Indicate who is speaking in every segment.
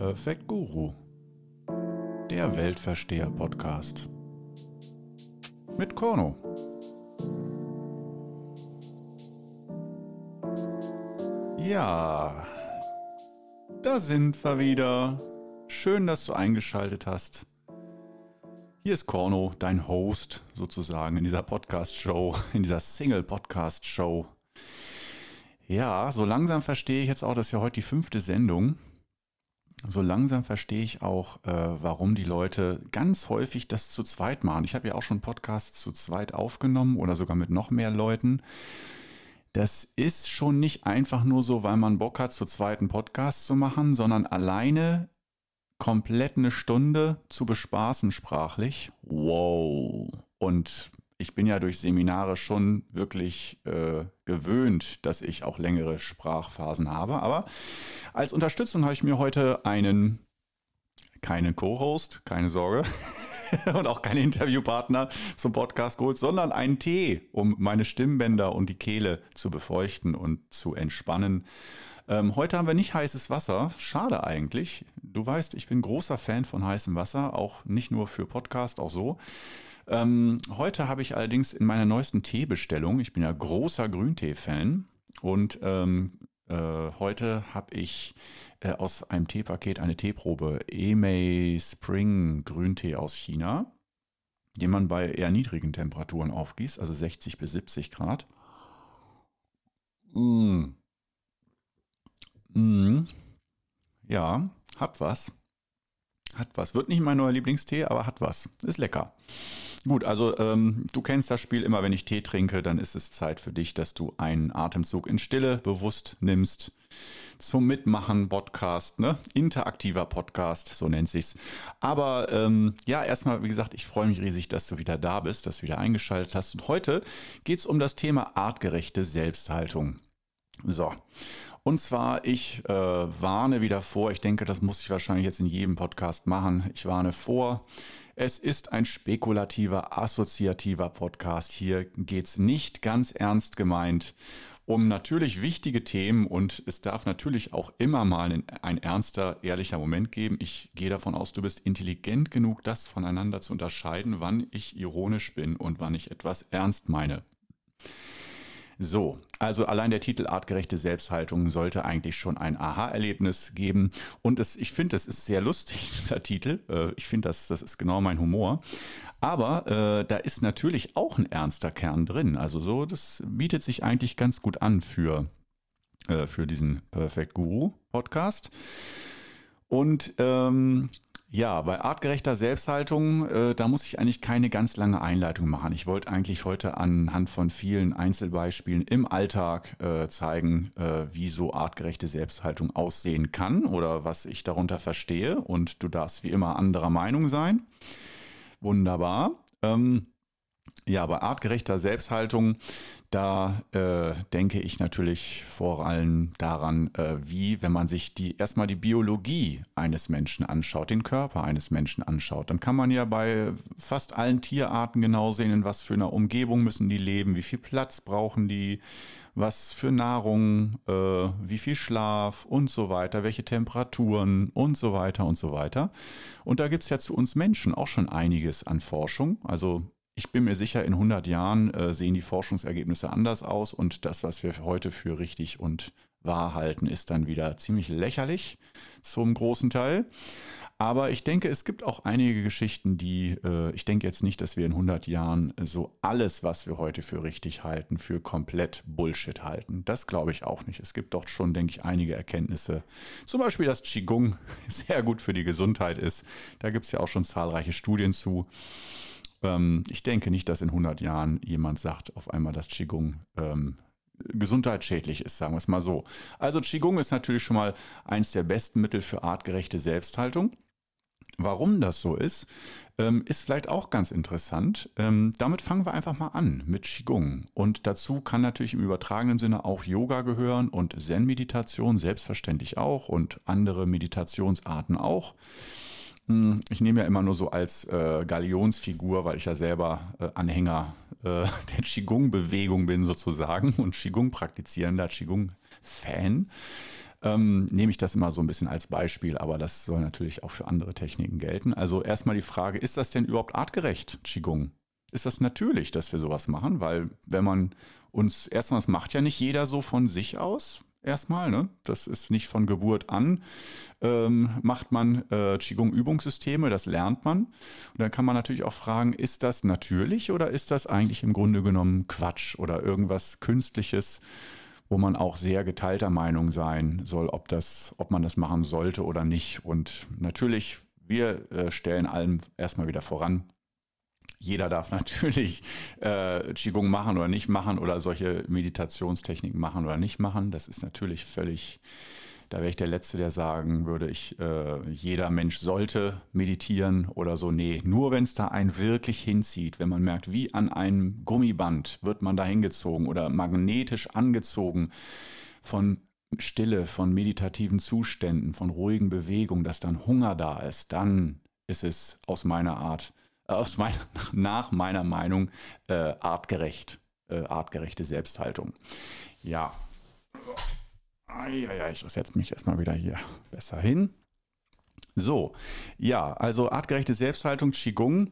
Speaker 1: Perfect Guru, der Weltversteher-Podcast mit Korno. Ja, da sind wir wieder. Schön, dass du eingeschaltet hast. Hier ist Korno, dein Host sozusagen in dieser Podcast-Show, in dieser Single-Podcast-Show. Ja, so langsam verstehe ich jetzt auch, das ist ja heute die 5. Sendung. So langsam verstehe ich auch, warum die Leute ganz häufig das zu zweit machen. Ich habe ja auch schon Podcasts zu zweit aufgenommen oder sogar mit noch mehr Leuten. Das ist schon nicht einfach nur so, weil man Bock hat, zu zweit einen Podcast zu machen, sondern alleine komplett eine Stunde zu bespaßen sprachlich. Wow. Und ich bin ja durch Seminare schon wirklich gewöhnt, dass ich auch längere Sprachphasen habe. Aber als Unterstützung habe ich mir heute keinen Co-Host, keine Sorge, und auch keinen Interviewpartner zum Podcast geholt, sondern einen Tee, um meine Stimmbänder und die Kehle zu befeuchten und zu entspannen. Heute haben wir nicht heißes Wasser. Schade eigentlich. Du weißt, ich bin großer Fan von heißem Wasser, auch nicht nur für Podcast, auch so. Heute habe ich allerdings in meiner neuesten Teebestellung, ich bin ja großer Grüntee-Fan, und heute habe ich aus einem Teepaket eine Teeprobe Emei Spring Grüntee aus China, den man bei eher niedrigen Temperaturen aufgießt, also 60 bis 70 Grad. Ja, hat was. Hat was. Wird nicht mein neuer Lieblingstee, aber hat was. Ist lecker. Gut, also du kennst das Spiel. Immer wenn ich Tee trinke, dann ist es Zeit für dich, dass du einen Atemzug in Stille bewusst nimmst. Zum Mitmachen Podcast, ne? Interaktiver Podcast, so nennt sich's. Aber ja, erstmal, wie gesagt, ich freue mich riesig, dass du wieder da bist, dass du wieder eingeschaltet hast. Und heute geht's um das Thema artgerechte Selbsthaltung. So. Und zwar, ich warne wieder vor, ich denke, das muss ich wahrscheinlich jetzt in jedem Podcast machen. Ich warne vor, es ist ein spekulativer, assoziativer Podcast. Hier geht's nicht ganz ernst gemeint um natürlich wichtige Themen, und es darf natürlich auch immer mal ein ernster, ehrlicher Moment geben. Ich gehe davon aus, du bist intelligent genug, das voneinander zu unterscheiden, wann ich ironisch bin und wann ich etwas ernst meine. So, also allein der Titel artgerechte Selbsthaltung sollte eigentlich schon ein Aha-Erlebnis geben. Und ich finde, das ist sehr lustig, dieser Titel. Ich finde, das ist genau mein Humor. Aber da ist natürlich auch ein ernster Kern drin. Also so, das bietet sich eigentlich ganz gut an für diesen Perfect Guru Podcast. Und ja, bei artgerechter Selbsthaltung, da muss ich eigentlich keine ganz lange Einleitung machen. Ich wollte eigentlich heute anhand von vielen Einzelbeispielen im Alltag zeigen, wie so artgerechte Selbsthaltung aussehen kann oder was ich darunter verstehe. Und du darfst wie immer anderer Meinung sein. Wunderbar. Ja, bei artgerechter Selbsthaltung, da denke ich natürlich vor allem daran, wenn man sich erstmal die Biologie eines Menschen anschaut, den Körper eines Menschen anschaut, dann kann man ja bei fast allen Tierarten genau sehen, in was für einer Umgebung müssen die leben, wie viel Platz brauchen die, was für Nahrung, wie viel Schlaf und so weiter, welche Temperaturen und so weiter und so weiter. Und da gibt es ja zu uns Menschen auch schon einiges an Forschung. Also ich bin mir sicher, in 100 Jahren sehen die Forschungsergebnisse anders aus, und das, was wir heute für richtig und wahr halten, ist dann wieder ziemlich lächerlich zum großen Teil. Aber ich denke, es gibt auch einige Geschichten, ich denke jetzt nicht, dass wir in 100 Jahren so alles, was wir heute für richtig halten, für komplett Bullshit halten. Das glaube ich auch nicht. Es gibt doch schon, denke ich, einige Erkenntnisse. Zum Beispiel, dass Qigong sehr gut für die Gesundheit ist. Da gibt es ja auch schon zahlreiche Studien zu. Ich denke nicht, dass in 100 Jahren jemand sagt auf einmal, dass Qigong gesundheitsschädlich ist, sagen wir es mal so. Also Qigong ist natürlich schon mal eins der besten Mittel für artgerechte Selbsthaltung. Warum das so ist vielleicht auch ganz interessant. Damit fangen wir einfach mal an mit Qigong. Und dazu kann natürlich im übertragenen Sinne auch Yoga gehören und Zen-Meditation selbstverständlich auch und andere Meditationsarten auch. Ich nehme ja immer nur so als Galionsfigur, weil ich ja selber Anhänger der Qigong-Bewegung bin sozusagen und Qigong-praktizierender Qigong-Fan. nehme ich das immer so ein bisschen als Beispiel, aber das soll natürlich auch für andere Techniken gelten. Also erstmal die Frage, ist das denn überhaupt artgerecht, Qigong? Ist das natürlich, dass wir sowas machen? Weil wenn man uns, erstmal, das macht ja nicht jeder so von sich aus, erstmal, ne? Das ist nicht von Geburt an, macht man Qigong-Übungssysteme, das lernt man. Und dann kann man natürlich auch fragen, ist das natürlich oder ist das eigentlich im Grunde genommen Quatsch oder irgendwas Künstliches, wo man auch sehr geteilter Meinung sein soll, ob man das machen sollte oder nicht. Und natürlich, wir stellen allem erstmal wieder voran. Jeder darf natürlich Qigong machen oder nicht machen oder solche Meditationstechniken machen oder nicht machen. Das ist natürlich völlig, da wäre ich der Letzte, der sagen würde, jeder Mensch sollte meditieren oder so. Nee, nur wenn es da einen wirklich hinzieht, wenn man merkt, wie an einem Gummiband wird man da hingezogen oder magnetisch angezogen von Stille, von meditativen Zuständen, von ruhigen Bewegungen, dass dann Hunger da ist, dann ist es nach meiner Meinung artgerechte Selbsthaltung. Ja. Ich setze mich erstmal wieder hier besser hin. So, ja, also artgerechte Selbsthaltung, Qigong.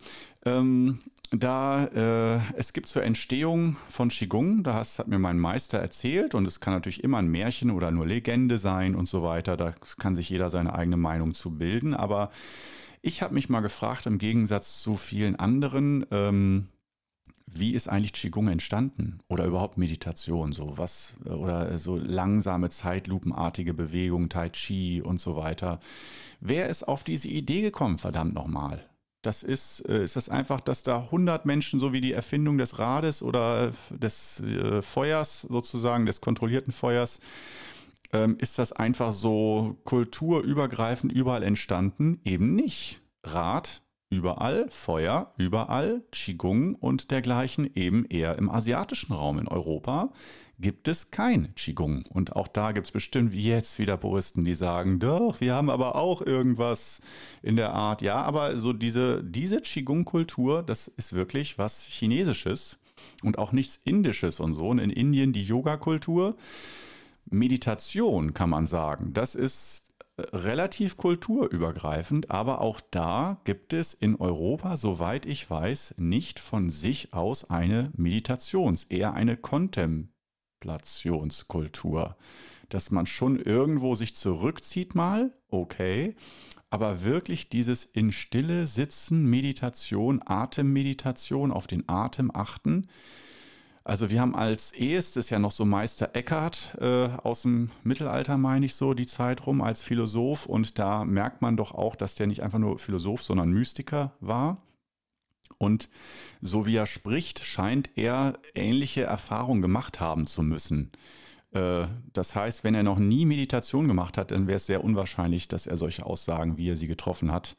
Speaker 1: Es gibt zur Entstehung von Qigong, hat mir mein Meister erzählt, und es kann natürlich immer ein Märchen oder nur Legende sein und so weiter. Da kann sich jeder seine eigene Meinung zu bilden. Aber ich habe mich mal gefragt, im Gegensatz zu vielen anderen, wie ist eigentlich Qigong entstanden? Oder überhaupt Meditation, oder so langsame, zeitlupenartige Bewegungen, Tai Chi und so weiter. Wer ist auf diese Idee gekommen, verdammt nochmal? Ist das einfach, dass da 100 Menschen, so wie die Erfindung des Rades oder des Feuers sozusagen, des kontrollierten Feuers, ist das einfach so kulturübergreifend überall entstanden? Eben nicht. Rad überall, Feuer überall, Qigong und dergleichen eben eher im asiatischen Raum. In Europa gibt es kein Qigong. Und auch da gibt es bestimmt wie jetzt wieder Puristen, die sagen, doch, wir haben aber auch irgendwas in der Art. Ja, aber so diese Qigong-Kultur, das ist wirklich was Chinesisches und auch nichts Indisches und so. Und in Indien die Yoga-Kultur, Meditation kann man sagen, das ist relativ kulturübergreifend, aber auch da gibt es in Europa, soweit ich weiß, nicht von sich aus eine eher eine Kontemplationskultur. Dass man schon irgendwo sich zurückzieht mal, okay, aber wirklich dieses in Stille sitzen, Meditation, Atemmeditation, auf den Atem achten. Also wir haben als ehestes ja noch so Meister Eckhart aus dem Mittelalter, meine ich so, die Zeit rum als Philosoph. Und da merkt man doch auch, dass der nicht einfach nur Philosoph, sondern Mystiker war. Und so wie er spricht, scheint er ähnliche Erfahrungen gemacht haben zu müssen. Das heißt, wenn er noch nie Meditation gemacht hat, dann wäre es sehr unwahrscheinlich, dass er solche Aussagen, wie er sie getroffen hat.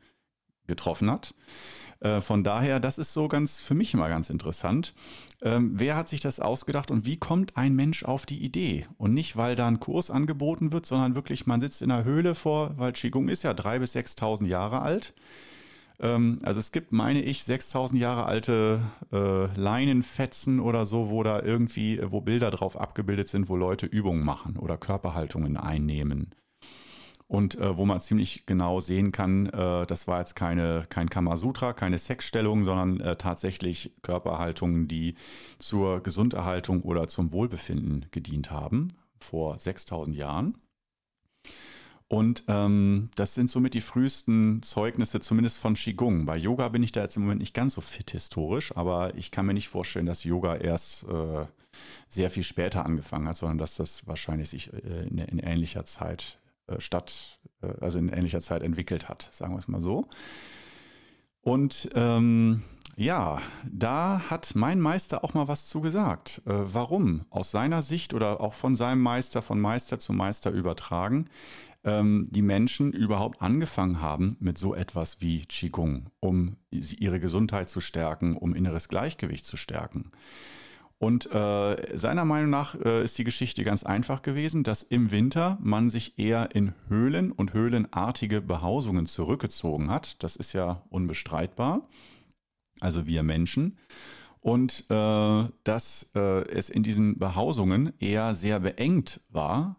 Speaker 1: Von daher, das ist so für mich immer ganz interessant. Wer hat sich das ausgedacht und wie kommt ein Mensch auf die Idee? Und nicht, weil da ein Kurs angeboten wird, sondern wirklich, man sitzt in einer Höhle weil Qigong ist ja 3.000 bis 6.000 Jahre alt. Also es gibt, meine ich, 6.000 Jahre alte Leinenfetzen oder so, wo Bilder drauf abgebildet sind, wo Leute Übungen machen oder Körperhaltungen einnehmen. Und wo man ziemlich genau sehen kann, das war jetzt kein Kamasutra, keine Sexstellung, sondern tatsächlich Körperhaltungen, die zur Gesunderhaltung oder zum Wohlbefinden gedient haben, vor 6.000 Jahren. Und das sind somit die frühesten Zeugnisse, zumindest von Qigong. Bei Yoga bin ich da jetzt im Moment nicht ganz so fit historisch, aber ich kann mir nicht vorstellen, dass Yoga erst sehr viel später angefangen hat, sondern dass das wahrscheinlich sich in ähnlicher Zeit in ähnlicher Zeit entwickelt hat, sagen wir es mal so. Und ja, da hat mein Meister auch mal was zu gesagt. Warum aus seiner Sicht oder auch von seinem Meister, von Meister zu Meister übertragen, die Menschen überhaupt angefangen haben mit so etwas wie Qigong, um ihre Gesundheit zu stärken, um inneres Gleichgewicht zu stärken. Und seiner Meinung nach ist die Geschichte ganz einfach gewesen, dass im Winter man sich eher in Höhlen und höhlenartige Behausungen zurückgezogen hat. Das ist ja unbestreitbar, also wir Menschen. Und dass es in diesen Behausungen eher sehr beengt war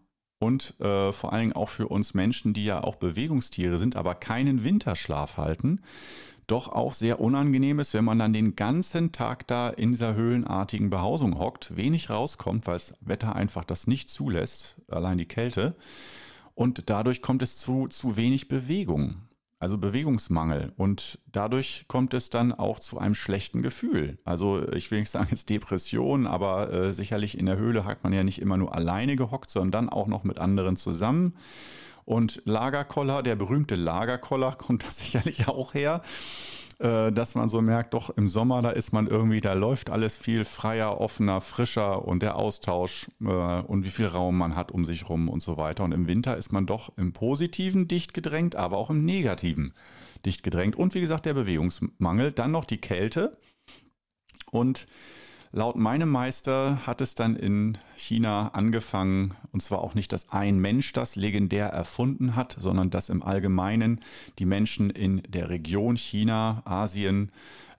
Speaker 1: und vor allen Dingen auch für uns Menschen, die ja auch Bewegungstiere sind, aber keinen Winterschlaf halten, doch auch sehr unangenehm ist, wenn man dann den ganzen Tag da in dieser höhlenartigen Behausung hockt, wenig rauskommt, weil das Wetter einfach das nicht zulässt, allein die Kälte. Und dadurch kommt es zu wenig Bewegung, also Bewegungsmangel. Und dadurch kommt es dann auch zu einem schlechten Gefühl. Also ich will nicht sagen jetzt Depression, aber sicherlich in der Höhle hat man ja nicht immer nur alleine gehockt, sondern dann auch noch mit anderen zusammen. Und Lagerkoller, der berühmte Lagerkoller, kommt da sicherlich auch her, dass man so merkt, doch im Sommer, da ist man irgendwie, da läuft alles viel freier, offener, frischer und der Austausch und wie viel Raum man hat um sich rum und so weiter. Und im Winter ist man doch im Positiven dicht gedrängt, aber auch im Negativen dicht gedrängt. Und wie gesagt, der Bewegungsmangel, dann noch die Kälte. Und laut meinem Meister hat es dann in China angefangen, und zwar auch nicht, dass ein Mensch das legendär erfunden hat, sondern dass im Allgemeinen die Menschen in der Region China, Asien,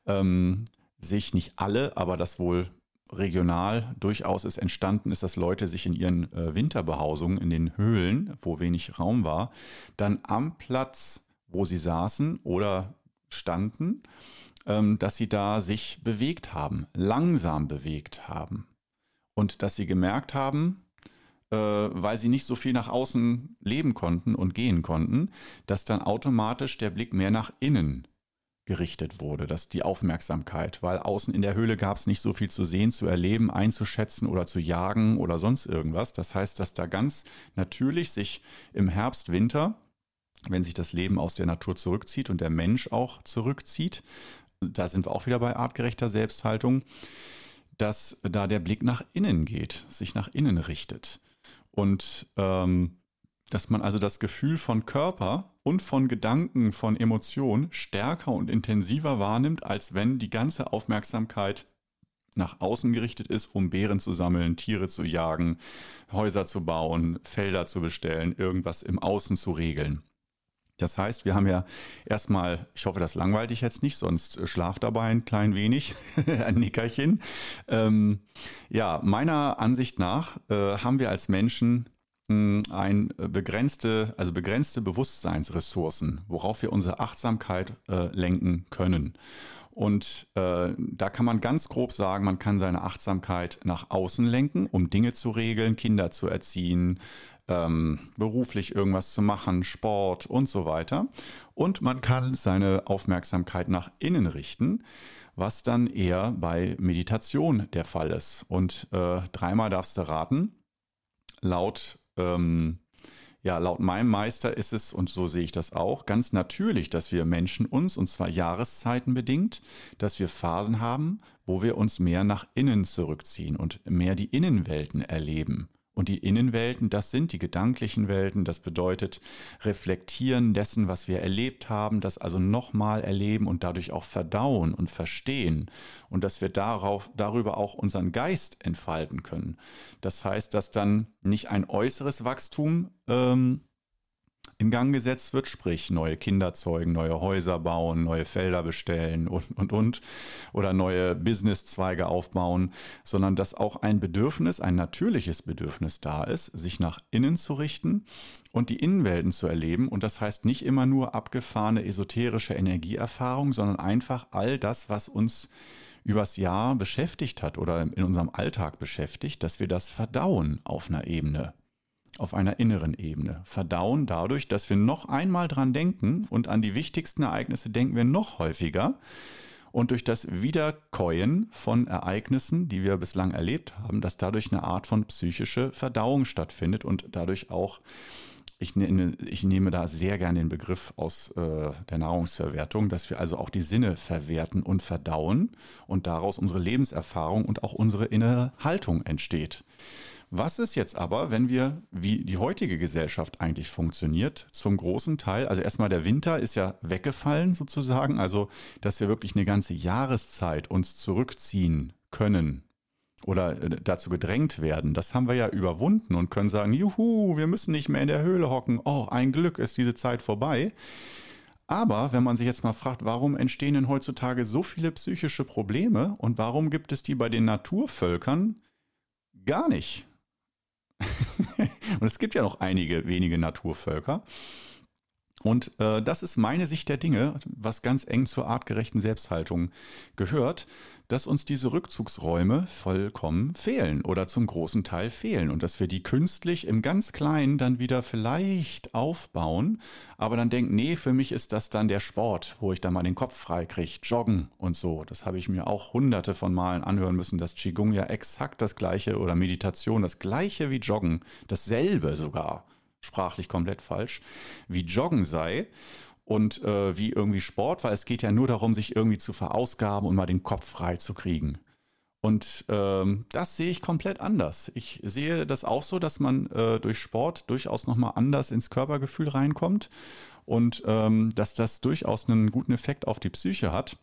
Speaker 1: sich nicht alle, aber das wohl regional durchaus ist entstanden ist, dass Leute sich in ihren Winterbehausungen, in den Höhlen, wo wenig Raum war, dann am Platz, wo sie saßen oder standen, dass sie da sich bewegt haben, langsam bewegt haben. Und dass sie gemerkt haben, weil sie nicht so viel nach außen leben konnten und gehen konnten, dass dann automatisch der Blick mehr nach innen gerichtet wurde, dass die Aufmerksamkeit, weil außen in der Höhle gab es nicht so viel zu sehen, zu erleben, einzuschätzen oder zu jagen oder sonst irgendwas. Das heißt, dass da ganz natürlich sich im Herbst, Winter, wenn sich das Leben aus der Natur zurückzieht und der Mensch auch zurückzieht, da sind wir auch wieder bei artgerechter Selbsthaltung, dass da der Blick nach innen geht, sich nach innen richtet. Und dass man also das Gefühl von Körper und von Gedanken, von Emotionen stärker und intensiver wahrnimmt, als wenn die ganze Aufmerksamkeit nach außen gerichtet ist, um Beeren zu sammeln, Tiere zu jagen, Häuser zu bauen, Felder zu bestellen, irgendwas im Außen zu regeln. Das heißt, wir haben ja erstmal, ich hoffe, das langweilt dich jetzt nicht, sonst schlaf dabei ein klein wenig, ein Nickerchen. Ja, meiner Ansicht nach haben wir als Menschen begrenzte Bewusstseinsressourcen, worauf wir unsere Achtsamkeit lenken können. Und da kann man ganz grob sagen, man kann seine Achtsamkeit nach außen lenken, um Dinge zu regeln, Kinder zu erziehen, beruflich irgendwas zu machen, Sport und so weiter. Und man kann seine Aufmerksamkeit nach innen richten, was dann eher bei Meditation der Fall ist. Und dreimal darfst du raten, laut meinem Meister ist es, und so sehe ich das auch, ganz natürlich, dass wir Menschen uns, und zwar Jahreszeiten bedingt, dass wir Phasen haben, wo wir uns mehr nach innen zurückziehen und mehr die Innenwelten erleben. Und die Innenwelten, das sind die gedanklichen Welten, das bedeutet reflektieren dessen, was wir erlebt haben, das also nochmal erleben und dadurch auch verdauen und verstehen und dass wir darüber auch unseren Geist entfalten können. Das heißt, dass dann nicht ein äußeres Wachstum in Gang gesetzt wird, sprich neue Kinder zeugen, neue Häuser bauen, neue Felder bestellen und oder neue Businesszweige aufbauen, sondern dass auch ein Bedürfnis, ein natürliches Bedürfnis da ist, sich nach innen zu richten und die Innenwelten zu erleben. Und das heißt nicht immer nur abgefahrene esoterische Energieerfahrung, sondern einfach all das, was uns übers Jahr beschäftigt hat oder in unserem Alltag beschäftigt, dass wir das verdauen auf einer Ebene. Auf einer inneren Ebene. Verdauen dadurch, dass wir noch einmal dran denken und an die wichtigsten Ereignisse denken wir noch häufiger. Und durch das Wiederkäuen von Ereignissen, die wir bislang erlebt haben, dass dadurch eine Art von psychische Verdauung stattfindet und dadurch auch, ich nehme da sehr gerne den Begriff aus der Nahrungsverwertung, dass wir also auch die Sinne verwerten und verdauen und daraus unsere Lebenserfahrung und auch unsere innere Haltung entsteht. Was ist jetzt aber, wenn wir, wie die heutige Gesellschaft eigentlich funktioniert, zum großen Teil, also erstmal der Winter ist ja weggefallen sozusagen, also dass wir wirklich eine ganze Jahreszeit uns zurückziehen können oder dazu gedrängt werden, das haben wir ja überwunden und können sagen, juhu, wir müssen nicht mehr in der Höhle hocken, oh, ein Glück ist diese Zeit vorbei. Aber wenn man sich jetzt mal fragt, warum entstehen denn heutzutage so viele psychische Probleme und warum gibt es die bei den Naturvölkern gar nicht? Und es gibt ja noch einige wenige Naturvölker. Und das ist meine Sicht der Dinge, was ganz eng zur artgerechten Selbsthaltung gehört, dass uns diese Rückzugsräume vollkommen fehlen oder zum großen Teil fehlen und dass wir die künstlich im ganz Kleinen dann wieder vielleicht aufbauen, aber dann denken, nee, für mich ist das dann der Sport, wo ich dann mal den Kopf frei kriege, Joggen und so. Das habe ich mir auch hunderte von Malen anhören müssen, dass Qigong ja exakt das gleiche oder Meditation das gleiche wie Joggen, dasselbe sogar, sprachlich komplett falsch, wie Joggen sei und wie irgendwie Sport, weil es geht ja nur darum, sich irgendwie zu verausgaben und mal den Kopf frei zu kriegen. Und das sehe ich komplett anders. Ich sehe das auch so, dass man durch Sport durchaus nochmal anders ins Körpergefühl reinkommt und dass das durchaus einen guten Effekt auf die Psyche hat.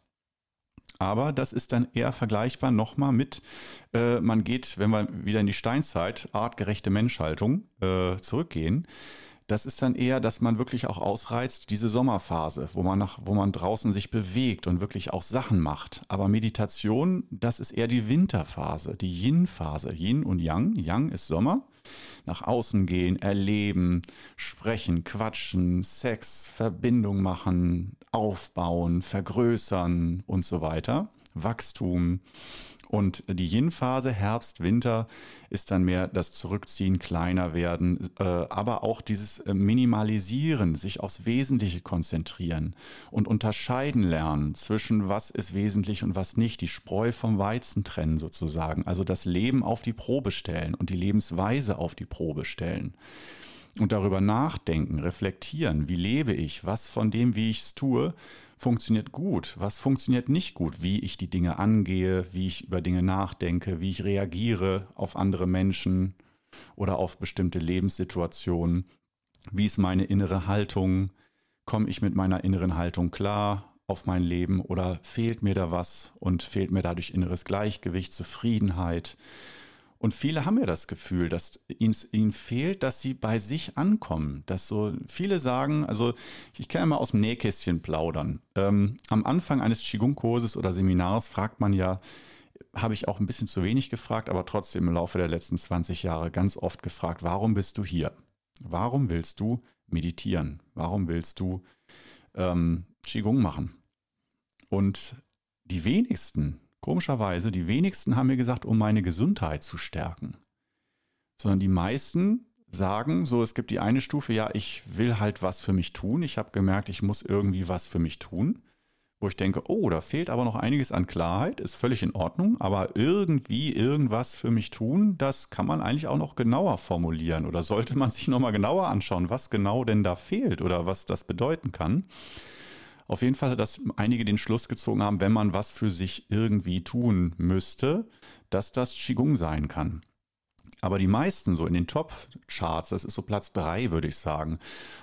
Speaker 1: Aber das ist dann eher vergleichbar nochmal mit, man geht, wenn wir wieder in die Steinzeit, artgerechte Menschhaltung zurückgehen. Das ist dann eher, dass man wirklich auch ausreizt, diese Sommerphase, wo man draußen sich bewegt und wirklich auch Sachen macht. Aber Meditation, das ist eher die Winterphase, die Yin-Phase. Yin und Yang. Yang ist Sommer. Nach außen gehen, erleben, sprechen, quatschen, Sex, Verbindung machen, aufbauen, vergrößern und so weiter. Wachstum. Und die Yin-Phase, Herbst, Winter, ist dann mehr das Zurückziehen, kleiner werden, aber auch dieses Minimalisieren, sich aufs Wesentliche konzentrieren und unterscheiden lernen zwischen was ist wesentlich und was nicht, die Spreu vom Weizen trennen sozusagen, also das Leben auf die Probe stellen und die Lebensweise auf die Probe stellen. Und darüber nachdenken, reflektieren, wie lebe ich, was von dem, wie ich es tue, funktioniert gut, was funktioniert nicht gut, wie ich die Dinge angehe, wie ich über Dinge nachdenke, wie ich reagiere auf andere Menschen oder auf bestimmte Lebenssituationen, wie ist meine innere Haltung, komme ich mit meiner inneren Haltung klar auf mein Leben oder fehlt mir da was und fehlt mir dadurch inneres Gleichgewicht, Zufriedenheit. Und viele haben ja das Gefühl, dass ihnen fehlt, dass sie bei sich ankommen. Dass so viele sagen, also ich kann ja mal aus dem Nähkästchen plaudern. Am Anfang eines Qigong-Kurses oder Seminars fragt man ja, habe ich auch ein bisschen zu wenig gefragt, aber trotzdem im Laufe der letzten 20 Jahre ganz oft gefragt, warum bist du hier? Warum willst du meditieren? Warum willst du Qigong machen? Und die wenigsten, komischerweise, die wenigsten haben mir gesagt, um meine Gesundheit zu stärken. Sondern die meisten sagen so, es gibt die eine Stufe, ja, ich will halt was für mich tun. Ich habe gemerkt, ich muss irgendwie was für mich tun. Wo ich denke, oh, da fehlt aber noch einiges an Klarheit, ist völlig in Ordnung, aber irgendwie irgendwas für mich tun, das kann man eigentlich auch noch genauer formulieren oder sollte man sich nochmal genauer anschauen, was genau denn da fehlt oder was das bedeuten kann. Auf jeden Fall, dass einige den Schluss gezogen haben, wenn man was für sich irgendwie tun müsste, dass das Qigong sein kann. Aber die meisten so in den Top-Charts, das ist so Platz 3, würde ich sagen.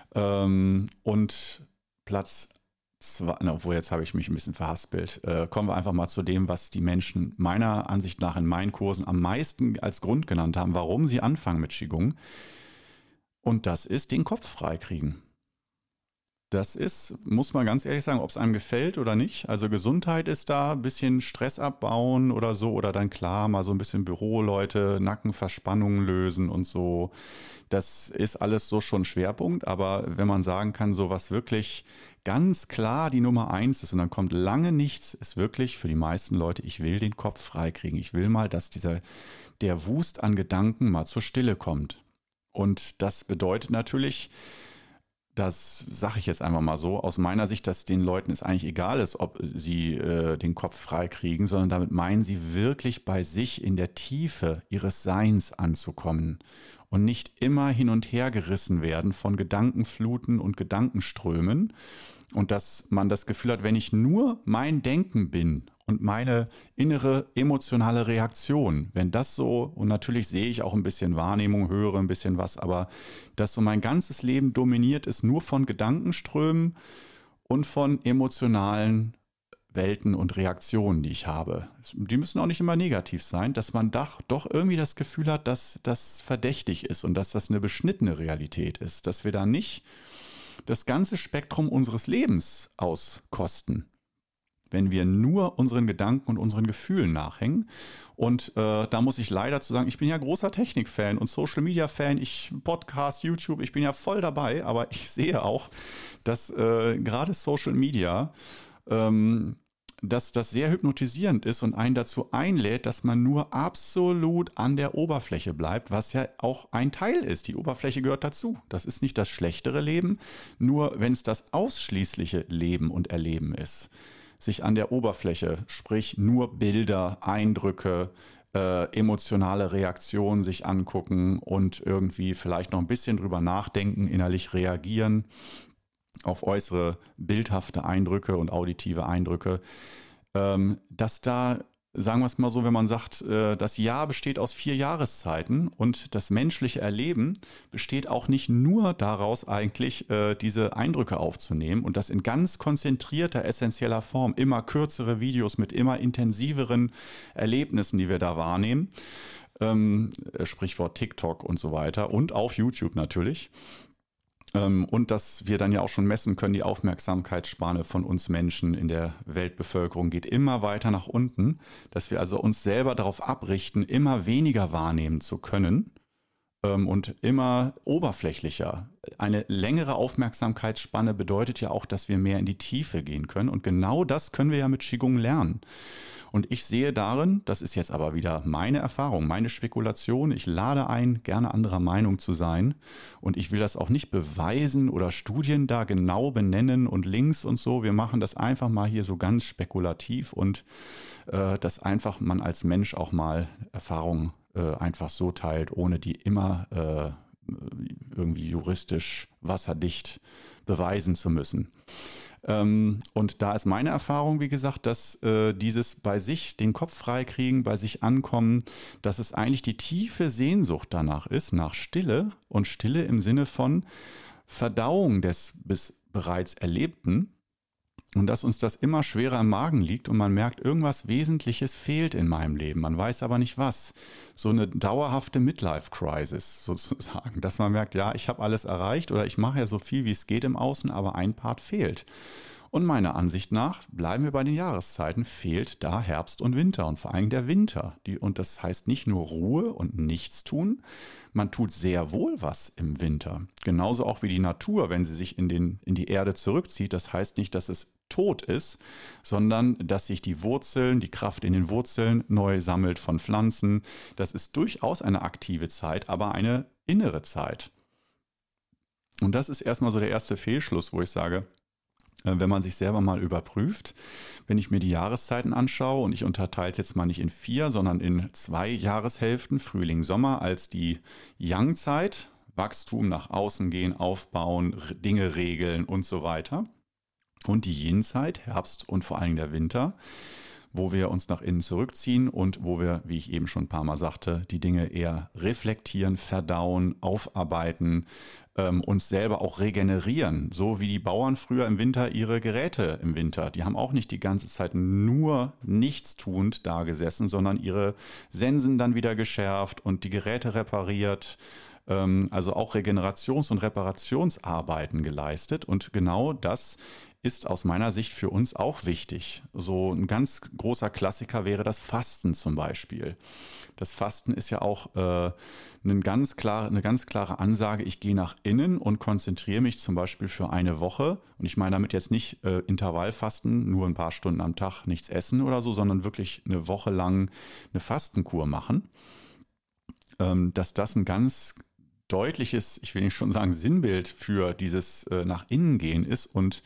Speaker 1: Und Platz 2, obwohl jetzt habe ich mich ein bisschen verhaspelt. Kommen wir einfach mal zu dem, was die Menschen meiner Ansicht nach in meinen Kursen am meisten als Grund genannt haben, warum sie anfangen mit Qigong. Und das ist den Kopf freikriegen. Das ist, muss man ganz ehrlich sagen, ob es einem gefällt oder nicht. Also Gesundheit ist da, ein bisschen Stress abbauen oder so. Oder dann klar, mal so ein bisschen Büroleute, Nackenverspannungen lösen und so. Das ist alles so schon Schwerpunkt. Aber wenn man sagen kann, so was wirklich ganz klar die Nummer 1 ist und dann kommt lange nichts, ist wirklich für die meisten Leute, ich will den Kopf freikriegen. Ich will mal, dass der Wust an Gedanken mal zur Stille kommt. Und das bedeutet natürlich, das sage ich jetzt einfach mal so, aus meiner Sicht, dass den Leuten es eigentlich egal ist, ob sie den Kopf frei kriegen, sondern damit meinen sie wirklich bei sich in der Tiefe ihres Seins anzukommen und nicht immer hin und her gerissen werden von Gedankenfluten und Gedankenströmen und dass man das Gefühl hat, wenn ich nur mein Denken bin und meine innere emotionale Reaktion, wenn das so, und natürlich sehe ich auch ein bisschen Wahrnehmung, höre ein bisschen was, aber dass so mein ganzes Leben dominiert ist nur von Gedankenströmen und von emotionalen Welten und Reaktionen, die ich habe. Die müssen auch nicht immer negativ sein, dass man doch irgendwie das Gefühl hat, dass das verdächtig ist und dass das eine beschnittene Realität ist, dass wir da nicht das ganze Spektrum unseres Lebens auskosten. wenn wir nur unseren Gedanken und unseren Gefühlen nachhängen. Und da muss ich leider zu sagen, ich bin ja großer Technik-Fan und Social-Media-Fan, ich Podcast, YouTube, ich bin ja voll dabei, aber ich sehe auch, dass gerade Social Media, dass das sehr hypnotisierend ist und einen dazu einlädt, dass man nur absolut an der Oberfläche bleibt, was ja auch ein Teil ist. Die Oberfläche gehört dazu. Das ist nicht das schlechtere Leben, nur wenn es das ausschließliche Leben und Erleben ist. Sich an der Oberfläche, sprich nur Bilder, Eindrücke, emotionale Reaktionen sich angucken und irgendwie vielleicht noch ein bisschen drüber nachdenken, innerlich reagieren auf äußere bildhafte Eindrücke und auditive Eindrücke, dass da, sagen wir es mal so, wenn man sagt, das Jahr besteht aus 4 Jahreszeiten und das menschliche Erleben besteht auch nicht nur daraus, eigentlich diese Eindrücke aufzunehmen und das in ganz konzentrierter, essentieller Form, immer kürzere Videos mit immer intensiveren Erlebnissen, die wir da wahrnehmen, Sprichwort TikTok und so weiter und auf YouTube natürlich. Und dass wir dann ja auch schon messen können, die Aufmerksamkeitsspanne von uns Menschen in der Weltbevölkerung geht immer weiter nach unten, dass wir also uns selber darauf abrichten, immer weniger wahrnehmen zu können und immer oberflächlicher. Eine längere Aufmerksamkeitsspanne bedeutet ja auch, dass wir mehr in die Tiefe gehen können und genau das können wir ja mit Qigong lernen. Und ich sehe darin, das ist jetzt aber wieder meine Erfahrung, meine Spekulation, ich lade ein, gerne anderer Meinung zu sein und ich will das auch nicht beweisen oder Studien da genau benennen und Links und so, wir machen das einfach mal hier so ganz spekulativ und dass einfach man als Mensch auch mal Erfahrungen einfach so teilt, ohne die immer irgendwie juristisch wasserdicht beweisen zu müssen. Und da ist meine Erfahrung, wie gesagt, dass dieses bei sich den Kopf freikriegen, bei sich ankommen, dass es eigentlich die tiefe Sehnsucht danach ist, nach Stille und Stille im Sinne von Verdauung des bereits Erlebten und dass uns das immer schwerer im Magen liegt und man merkt, irgendwas Wesentliches fehlt in meinem Leben, man weiß aber nicht was. So eine dauerhafte Midlife-Crisis sozusagen, dass man merkt, ja, ich habe alles erreicht oder ich mache ja so viel, wie es geht im Außen, aber ein Part fehlt. Und meiner Ansicht nach, bleiben wir bei den Jahreszeiten, fehlt da Herbst und Winter und vor allem der Winter. Und das heißt nicht nur Ruhe und nichts tun, man tut sehr wohl was im Winter. Genauso auch wie die Natur, wenn sie sich in die Erde zurückzieht. Das heißt nicht, dass es tot ist, sondern dass sich die Wurzeln, die Kraft in den Wurzeln neu sammelt von Pflanzen. Das ist durchaus eine aktive Zeit, aber eine innere Zeit. Und das ist erstmal so der erste Fehlschluss, wo ich sage, wenn man sich selber mal überprüft, wenn ich mir die Jahreszeiten anschaue und ich unterteile es jetzt mal nicht in 4, sondern in 2 Jahreshälften, Frühling, Sommer, als die Yang-Zeit, Wachstum, nach außen gehen, aufbauen, Dinge regeln und so weiter. Und die Yin-Zeit, Herbst und vor allem der Winter, wo wir uns nach innen zurückziehen und wo wir, wie ich eben schon ein paar Mal sagte, die Dinge eher reflektieren, verdauen, aufarbeiten, uns selber auch regenerieren. So wie die Bauern früher im Winter ihre Geräte im Winter. Die haben auch nicht die ganze Zeit nur nichtstuend da gesessen, sondern ihre Sensen dann wieder geschärft und die Geräte repariert. Also auch Regenerations- und Reparationsarbeiten geleistet. Und genau das ist aus meiner Sicht für uns auch wichtig. So ein ganz großer Klassiker wäre das Fasten zum Beispiel. Das Fasten ist ja auch eine ganz klare Ansage, ich gehe nach innen und konzentriere mich zum Beispiel für eine Woche. Und ich meine damit jetzt nicht Intervallfasten, nur ein paar Stunden am Tag nichts essen oder so, sondern wirklich eine Woche lang eine Fastenkur machen. Dass das ein ganz deutliches, ich will nicht schon sagen Sinnbild für dieses nach innen gehen ist und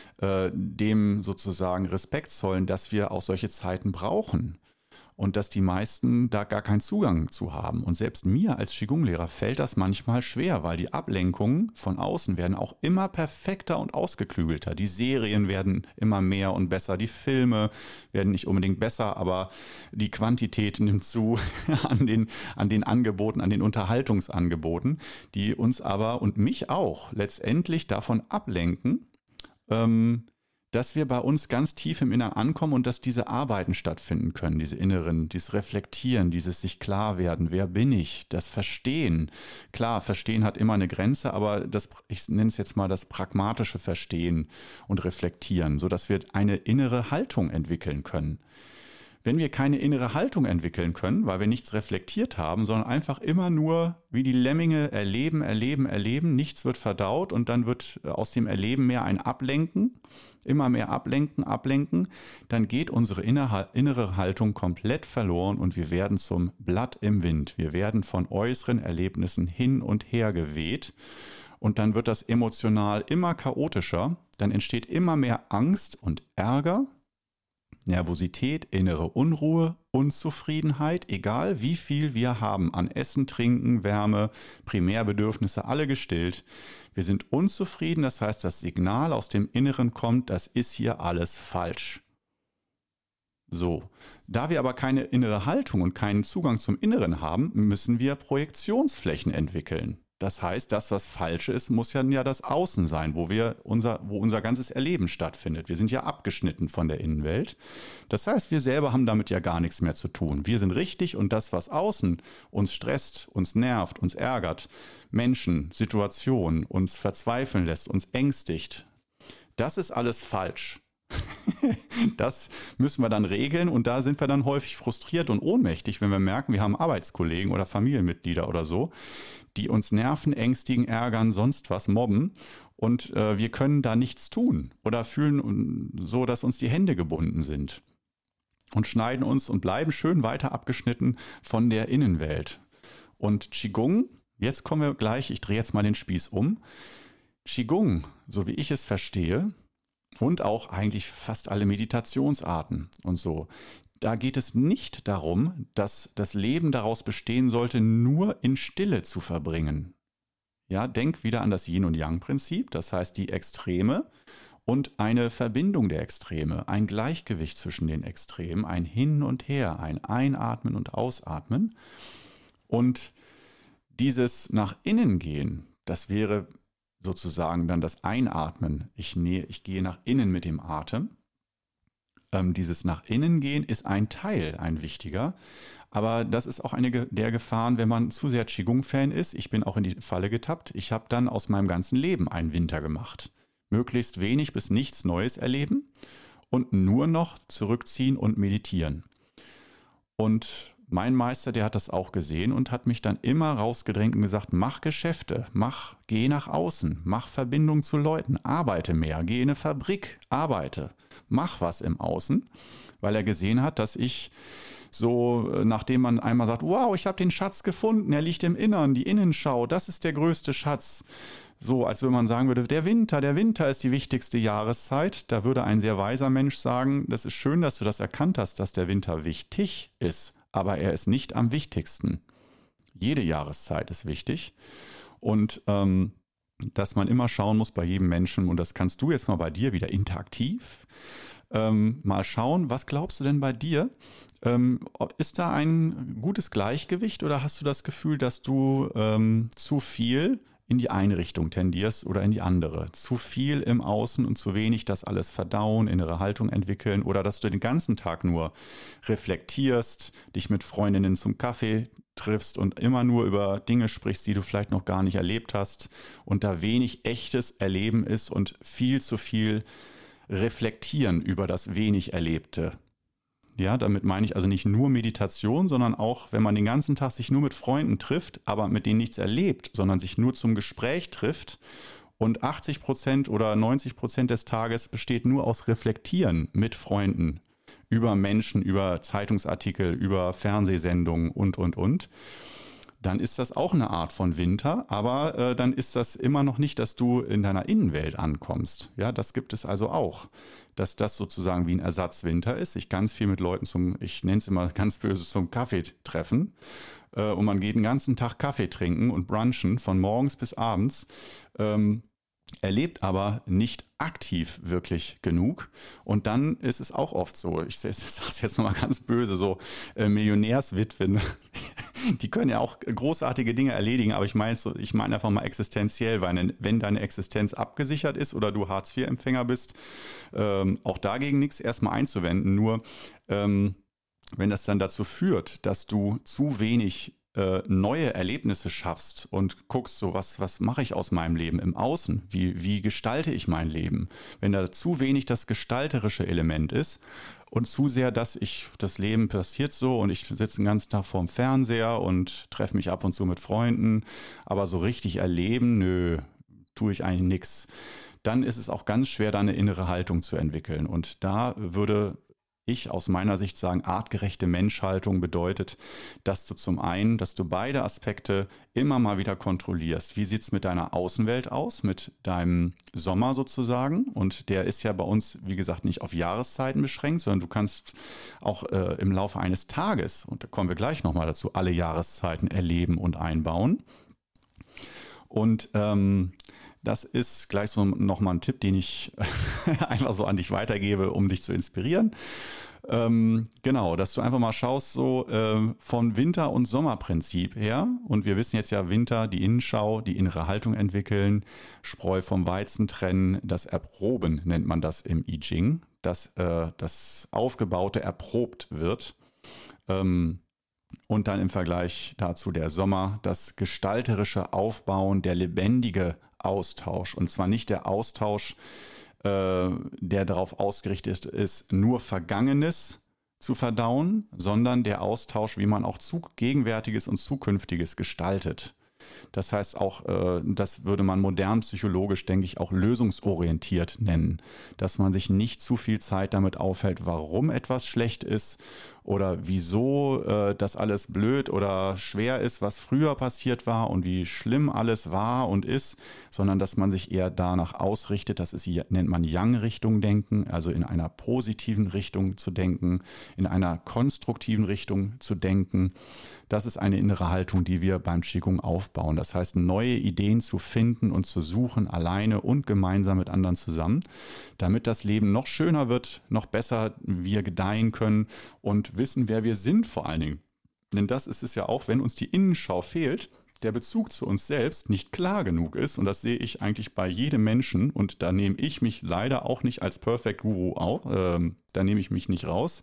Speaker 1: dem sozusagen Respekt zollen, dass wir auch solche Zeiten brauchen und dass die meisten da gar keinen Zugang zu haben. Und selbst mir als Qigong-Lehrer fällt das manchmal schwer, weil die Ablenkungen von außen werden auch immer perfekter und ausgeklügelter. Die Serien werden immer mehr und besser, die Filme werden nicht unbedingt besser, aber die Quantität nimmt zu an den Angeboten, an den Unterhaltungsangeboten, die uns aber und mich auch letztendlich davon ablenken, dass wir bei uns ganz tief im Inneren ankommen und dass diese Arbeiten stattfinden können, diese inneren, dieses Reflektieren, dieses sich klar werden, wer bin ich, das Verstehen. Klar, Verstehen hat immer eine Grenze, aber das, ich nenne es jetzt mal das pragmatische Verstehen und Reflektieren, sodass wir eine innere Haltung entwickeln können. Wenn wir keine innere Haltung entwickeln können, weil wir nichts reflektiert haben, sondern einfach immer nur wie die Lemminge erleben, erleben, erleben, nichts wird verdaut und dann wird aus dem Erleben mehr ein Ablenken, immer mehr ablenken, ablenken, dann geht unsere innere Haltung komplett verloren und wir werden zum Blatt im Wind. Wir werden von äußeren Erlebnissen hin und her geweht und dann wird das emotional immer chaotischer, dann entsteht immer mehr Angst und Ärger, Nervosität, innere Unruhe, Unzufriedenheit, egal wie viel wir haben an Essen, Trinken, Wärme, Primärbedürfnisse, alle gestillt. Wir sind unzufrieden, das heißt, das Signal aus dem Inneren kommt, das ist hier alles falsch. So, da wir aber keine innere Haltung und keinen Zugang zum Inneren haben, müssen wir Projektionsflächen entwickeln. Das heißt, das, was falsch ist, muss ja das Außen sein, wo unser ganzes Erleben stattfindet. Wir sind ja abgeschnitten von der Innenwelt. Das heißt, wir selber haben damit ja gar nichts mehr zu tun. Wir sind richtig und das, was außen uns stresst, uns nervt, uns ärgert, Menschen, Situationen, uns verzweifeln lässt, uns ängstigt, das ist alles falsch. Das müssen wir dann regeln und da sind wir dann häufig frustriert und ohnmächtig, wenn wir merken, wir haben Arbeitskollegen oder Familienmitglieder oder so, die uns nerven, ängstigen, ärgern, sonst was mobben und wir können da nichts tun oder fühlen so, dass uns die Hände gebunden sind und schneiden uns und bleiben schön weiter abgeschnitten von der Innenwelt. Und Qigong, jetzt kommen wir gleich, ich drehe jetzt mal den Spieß um. Qigong, so wie ich es verstehe, und auch eigentlich fast alle Meditationsarten und so. Da geht es nicht darum, dass das Leben daraus bestehen sollte, nur in Stille zu verbringen. Ja, denk wieder an das Yin- und Yang-Prinzip, das heißt die Extreme und eine Verbindung der Extreme, ein Gleichgewicht zwischen den Extremen, ein Hin und Her, ein Einatmen und Ausatmen. Und dieses nach innen gehen, das wäre sozusagen dann das Einatmen. Ich gehe nach innen mit dem Atem. Dieses nach innen gehen ist ein Teil, ein wichtiger. Aber das ist auch eine der Gefahren, wenn man zu sehr Qigong-Fan ist. Ich bin auch in die Falle getappt. Ich habe dann aus meinem ganzen Leben einen Winter gemacht. Möglichst wenig bis nichts Neues erleben und nur noch zurückziehen und meditieren. Und mein Meister, der hat das auch gesehen und hat mich dann immer rausgedrängt und gesagt, mach Geschäfte, geh nach außen, mach Verbindung zu Leuten, arbeite mehr, geh in eine Fabrik, arbeite, mach was im Außen, weil er gesehen hat, dass ich so, nachdem man einmal sagt, wow, ich habe den Schatz gefunden, er liegt im Innern, die Innenschau, das ist der größte Schatz. So, als wenn man sagen würde, der Winter ist die wichtigste Jahreszeit. Da würde ein sehr weiser Mensch sagen, das ist schön, dass du das erkannt hast, dass der Winter wichtig ist. Aber er ist nicht am wichtigsten. Jede Jahreszeit ist wichtig. Und dass man immer schauen muss bei jedem Menschen, und das kannst du jetzt mal bei dir wieder interaktiv, mal schauen, was glaubst du denn bei dir? Ist da ein gutes Gleichgewicht oder hast du das Gefühl, dass du zu viel in die eine Richtung tendierst oder in die andere? Zu viel im Außen und zu wenig das alles verdauen, innere Haltung entwickeln oder dass du den ganzen Tag nur reflektierst, dich mit Freundinnen zum Kaffee triffst und immer nur über Dinge sprichst, die du vielleicht noch gar nicht erlebt hast und da wenig echtes Erleben ist und viel zu viel reflektieren über das wenig Erlebte. Ja, damit meine ich also nicht nur Meditation, sondern auch, wenn man den ganzen Tag sich nur mit Freunden trifft, aber mit denen nichts erlebt, sondern sich nur zum Gespräch trifft und 80% oder 90% des Tages besteht nur aus Reflektieren mit Freunden über Menschen, über Zeitungsartikel, über Fernsehsendungen und. Dann ist das auch eine Art von Winter, aber dann ist das immer noch nicht, dass du in deiner Innenwelt ankommst. Ja, das gibt es also auch, dass das sozusagen wie ein Ersatzwinter ist. Ich ganz viel mit Leuten ich nenne es immer ganz böse, zum Kaffee treffen und man geht den ganzen Tag Kaffee trinken und brunchen von morgens bis abends, erlebt aber nicht aktiv wirklich genug. Und dann ist es auch oft so, ich sage es jetzt nochmal ganz böse, so Millionärswitwen, Die können ja auch großartige Dinge erledigen, aber ich meine einfach mal existenziell, weil wenn deine Existenz abgesichert ist oder du Hartz-IV-Empfänger bist, auch dagegen nichts erstmal einzuwenden. Nur wenn das dann dazu führt, dass du zu wenig neue Erlebnisse schaffst und guckst so, was mache ich aus meinem Leben im Außen? Wie gestalte ich mein Leben? Wenn da zu wenig das gestalterische Element ist und zu sehr, das Leben passiert so und ich sitze den ganzen Tag vorm Fernseher und treffe mich ab und zu mit Freunden, aber so richtig erleben, nö, tue ich eigentlich nichts. Dann ist es auch ganz schwer, da eine innere Haltung zu entwickeln. Und da würde ich aus meiner Sicht sagen, artgerechte Menschhaltung bedeutet, dass du beide Aspekte immer mal wieder kontrollierst. Wie sieht es mit deiner Außenwelt aus, mit deinem Sommer sozusagen? Und der ist ja bei uns, wie gesagt, nicht auf Jahreszeiten beschränkt, sondern du kannst auch im Laufe eines Tages, und da kommen wir gleich nochmal dazu, alle Jahreszeiten erleben und einbauen. Und das ist gleich so nochmal ein Tipp, den ich einfach so an dich weitergebe, um dich zu inspirieren. Genau, dass du einfach mal schaust, so von Winter- und Sommerprinzip her. Und wir wissen jetzt ja, Winter, die Innenschau, die innere Haltung entwickeln, Spreu vom Weizen trennen, das Erproben nennt man das im I Ching, dass das Aufgebaute erprobt wird. Und dann im Vergleich dazu der Sommer, das gestalterische Aufbauen, der lebendige Austausch. Und zwar nicht der Austausch, der darauf ausgerichtet ist, nur Vergangenes zu verdauen, sondern der Austausch, wie man auch Gegenwärtiges und Zukünftiges gestaltet. Das heißt auch, das würde man modern psychologisch, denke ich, auch lösungsorientiert nennen. Dass man sich nicht zu viel Zeit damit aufhält, warum etwas schlecht ist oder wieso das alles blöd oder schwer ist, was früher passiert war und wie schlimm alles war und ist, sondern dass man sich eher danach ausrichtet, das ist, nennt man Yang-Richtung denken, also in einer positiven Richtung zu denken, in einer konstruktiven Richtung zu denken. Das ist eine innere Haltung, die wir beim Qigong aufbauen. Das heißt, neue Ideen zu finden und zu suchen, alleine und gemeinsam mit anderen zusammen, damit das Leben noch schöner wird, noch besser wir gedeihen können und wissen, wer wir sind vor allen Dingen. Denn das ist es ja auch, wenn uns die Innenschau fehlt, der Bezug zu uns selbst nicht klar genug ist. Und das sehe ich eigentlich bei jedem Menschen. Und da nehme ich mich leider auch nicht als Perfect Guru auf. Da nehme ich mich nicht raus.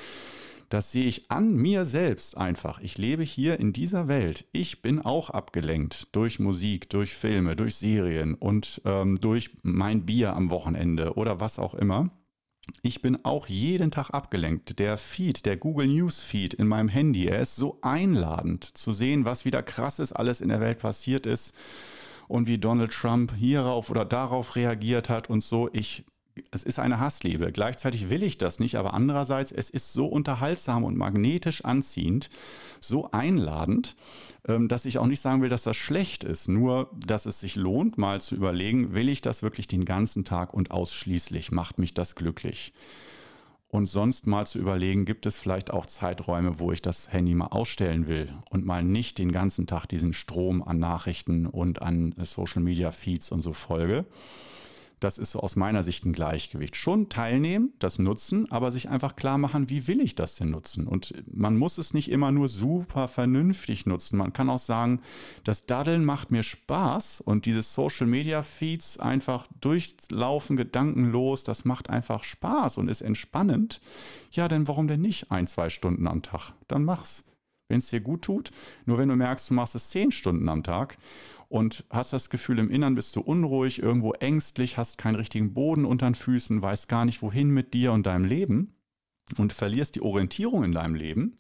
Speaker 1: Das sehe ich an mir selbst einfach. Ich lebe hier in dieser Welt. Ich bin auch abgelenkt durch Musik, durch Filme, durch Serien und durch mein Bier am Wochenende oder was auch immer. Ich bin auch jeden Tag abgelenkt. Der Feed, der Google News Feed in meinem Handy, er ist so einladend zu sehen, was wieder krasses alles in der Welt passiert ist und wie Donald Trump hierauf oder darauf reagiert hat und so. Es ist eine Hassliebe. Gleichzeitig will ich das nicht, aber andererseits, es ist so unterhaltsam und magnetisch anziehend, so einladend, dass ich auch nicht sagen will, dass das schlecht ist. Nur, dass es sich lohnt, mal zu überlegen, will ich das wirklich den ganzen Tag und ausschließlich? Macht mich das glücklich? Und sonst mal zu überlegen, gibt es vielleicht auch Zeiträume, wo ich das Handy mal ausstellen will und mal nicht den ganzen Tag diesen Strom an Nachrichten und an Social Media Feeds und so folge. Das ist so aus meiner Sicht ein Gleichgewicht. Schon teilnehmen, das nutzen, aber sich einfach klar machen, wie will ich das denn nutzen? Und man muss es nicht immer nur super vernünftig nutzen. Man kann auch sagen, das Daddeln macht mir Spaß und diese Social Media Feeds einfach durchlaufen, gedankenlos, das macht einfach Spaß und ist entspannend. Ja, denn warum denn nicht 1-2 Stunden am Tag? Dann mach's, wenn es dir gut tut. Nur wenn du merkst, du machst es 10 Stunden am Tag, und hast das Gefühl, im Innern bist du unruhig, irgendwo ängstlich, hast keinen richtigen Boden unter den Füßen, weißt gar nicht, wohin mit dir und deinem Leben und verlierst die Orientierung in deinem Leben,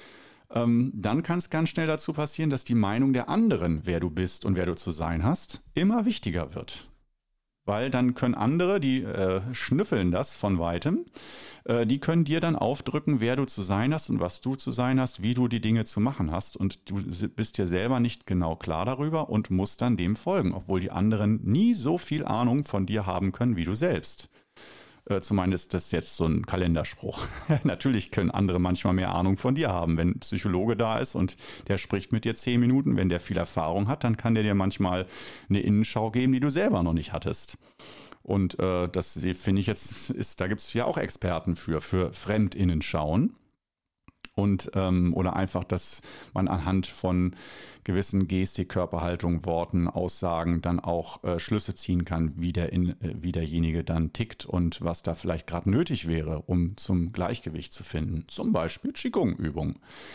Speaker 1: dann kann es ganz schnell dazu passieren, dass die Meinung der anderen, wer du bist und wer du zu sein hast, immer wichtiger wird. Weil dann können andere, die schnüffeln das von weitem, die können dir dann aufdrücken, wer du zu sein hast und was du zu sein hast, wie du die Dinge zu machen hast. Und du bist dir selber nicht genau klar darüber und musst dann dem folgen, obwohl die anderen nie so viel Ahnung von dir haben können wie du selbst. Zumindest das ist jetzt so ein Kalenderspruch. Natürlich können andere manchmal mehr Ahnung von dir haben. Wenn ein Psychologe da ist und der spricht mit dir 10 Minuten, wenn der viel Erfahrung hat, dann kann der dir manchmal eine Innenschau geben, die du selber noch nicht hattest. Und das finde ich jetzt, da gibt es ja auch Experten für Fremdinnenschauen. Und oder einfach, dass man anhand von gewissen Gestik, Körperhaltung, Worten, Aussagen dann auch Schlüsse ziehen kann, wie derjenige dann tickt und was da vielleicht gerade nötig wäre, um zum Gleichgewicht zu finden. Zum Beispiel Qigong-Übungen.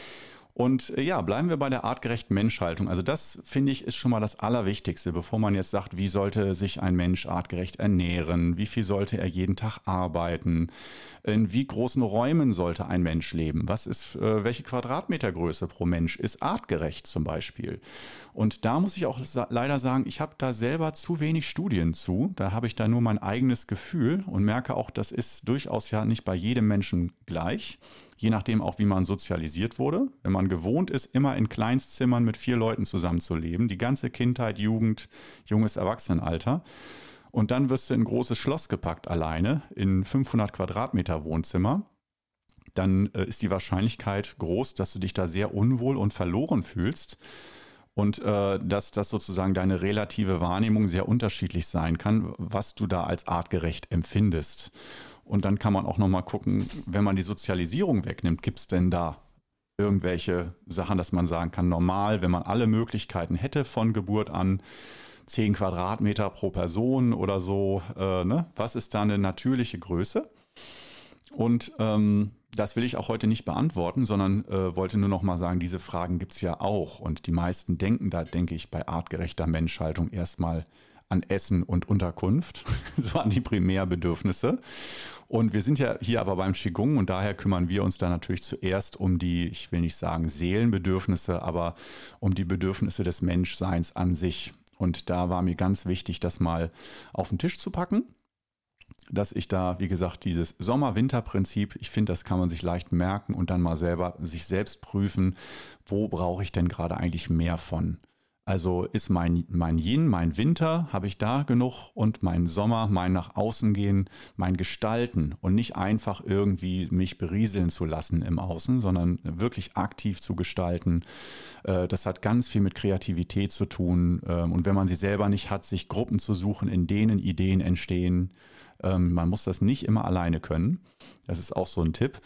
Speaker 1: Und ja, bleiben wir bei der artgerechten Menschhaltung. Also das, finde ich, ist schon mal das Allerwichtigste, bevor man jetzt sagt, wie sollte sich ein Mensch artgerecht ernähren, wie viel sollte er jeden Tag arbeiten, in wie großen Räumen sollte ein Mensch leben, welche Quadratmetergröße pro Mensch ist artgerecht zum Beispiel. Und da muss ich auch leider sagen, ich habe da selber zu wenig Studien zu. Da habe ich da nur mein eigenes Gefühl und merke auch, das ist durchaus ja nicht bei jedem Menschen gleich. Je nachdem auch, wie man sozialisiert wurde. Wenn man gewohnt ist, immer in Kleinstzimmern mit 4 Leuten zusammenzuleben, die ganze Kindheit, Jugend, junges Erwachsenenalter. Und dann wirst du in ein großes Schloss gepackt alleine, in 500 Quadratmeter Wohnzimmer. Dann ist die Wahrscheinlichkeit groß, dass du dich da sehr unwohl und verloren fühlst. Und dass das sozusagen deine relative Wahrnehmung sehr unterschiedlich sein kann, was du da als artgerecht empfindest. Und dann kann man auch nochmal gucken, wenn man die Sozialisierung wegnimmt, gibt es denn da irgendwelche Sachen, dass man sagen kann, normal, wenn man alle Möglichkeiten hätte von Geburt an, 10 Quadratmeter pro Person oder so, ne? Was ist da eine natürliche Größe? Und das will ich auch heute nicht beantworten, sondern wollte nur noch mal sagen, diese Fragen gibt es ja auch. Und die meisten denken da, denke ich, bei artgerechter Menschhaltung erstmal an Essen und Unterkunft, so an die Primärbedürfnisse. Und wir sind ja hier aber beim Qigong und daher kümmern wir uns da natürlich zuerst um die, ich will nicht sagen Seelenbedürfnisse, aber um die Bedürfnisse des Menschseins an sich. Und da war mir ganz wichtig, das mal auf den Tisch zu packen, dass ich da, wie gesagt, dieses Sommer-Winter-Prinzip, ich finde, das kann man sich leicht merken und dann mal selber sich selbst prüfen, wo brauche ich denn gerade eigentlich mehr von? Also ist mein Yin, mein Winter, habe ich da genug und mein Sommer, mein nach außen gehen, mein Gestalten und nicht einfach irgendwie mich berieseln zu lassen im Außen, sondern wirklich aktiv zu gestalten. Das hat ganz viel mit Kreativität zu tun und wenn man sie selber nicht hat, sich Gruppen zu suchen, in denen Ideen entstehen. Man muss das nicht immer alleine können. Das ist auch so ein Tipp.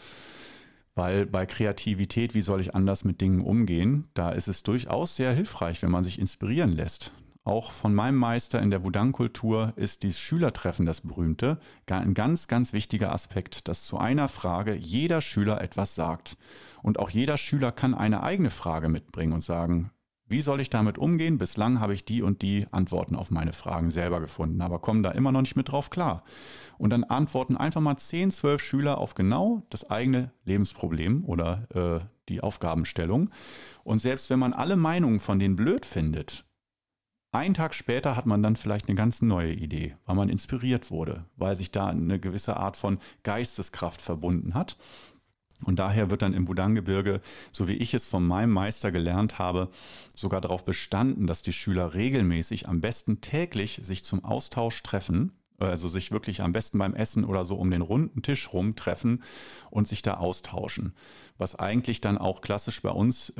Speaker 1: Weil bei Kreativität, wie soll ich anders mit Dingen umgehen, da ist es durchaus sehr hilfreich, wenn man sich inspirieren lässt. Auch von meinem Meister in der Wudang-Kultur ist dieses Schülertreffen das berühmte, ein ganz, ganz wichtiger Aspekt, dass zu einer Frage jeder Schüler etwas sagt. Und auch jeder Schüler kann eine eigene Frage mitbringen und sagen, wie soll ich damit umgehen? Bislang habe ich die und die Antworten auf meine Fragen selber gefunden, aber kommen da immer noch nicht mit drauf klar. Und dann antworten einfach mal 10, 12 Schüler auf genau das eigene Lebensproblem oder die Aufgabenstellung. Und selbst wenn man alle Meinungen von denen blöd findet, einen Tag später hat man dann vielleicht eine ganz neue Idee, weil man inspiriert wurde, weil sich da eine gewisse Art von Geisteskraft verbunden hat. Und daher wird dann im Wudang-Gebirge, so wie ich es von meinem Meister gelernt habe, sogar darauf bestanden, dass die Schüler regelmäßig, am besten täglich, sich zum Austausch treffen, also sich wirklich am besten beim Essen oder so um den runden Tisch rum treffen und sich da austauschen. Was eigentlich dann auch klassisch bei uns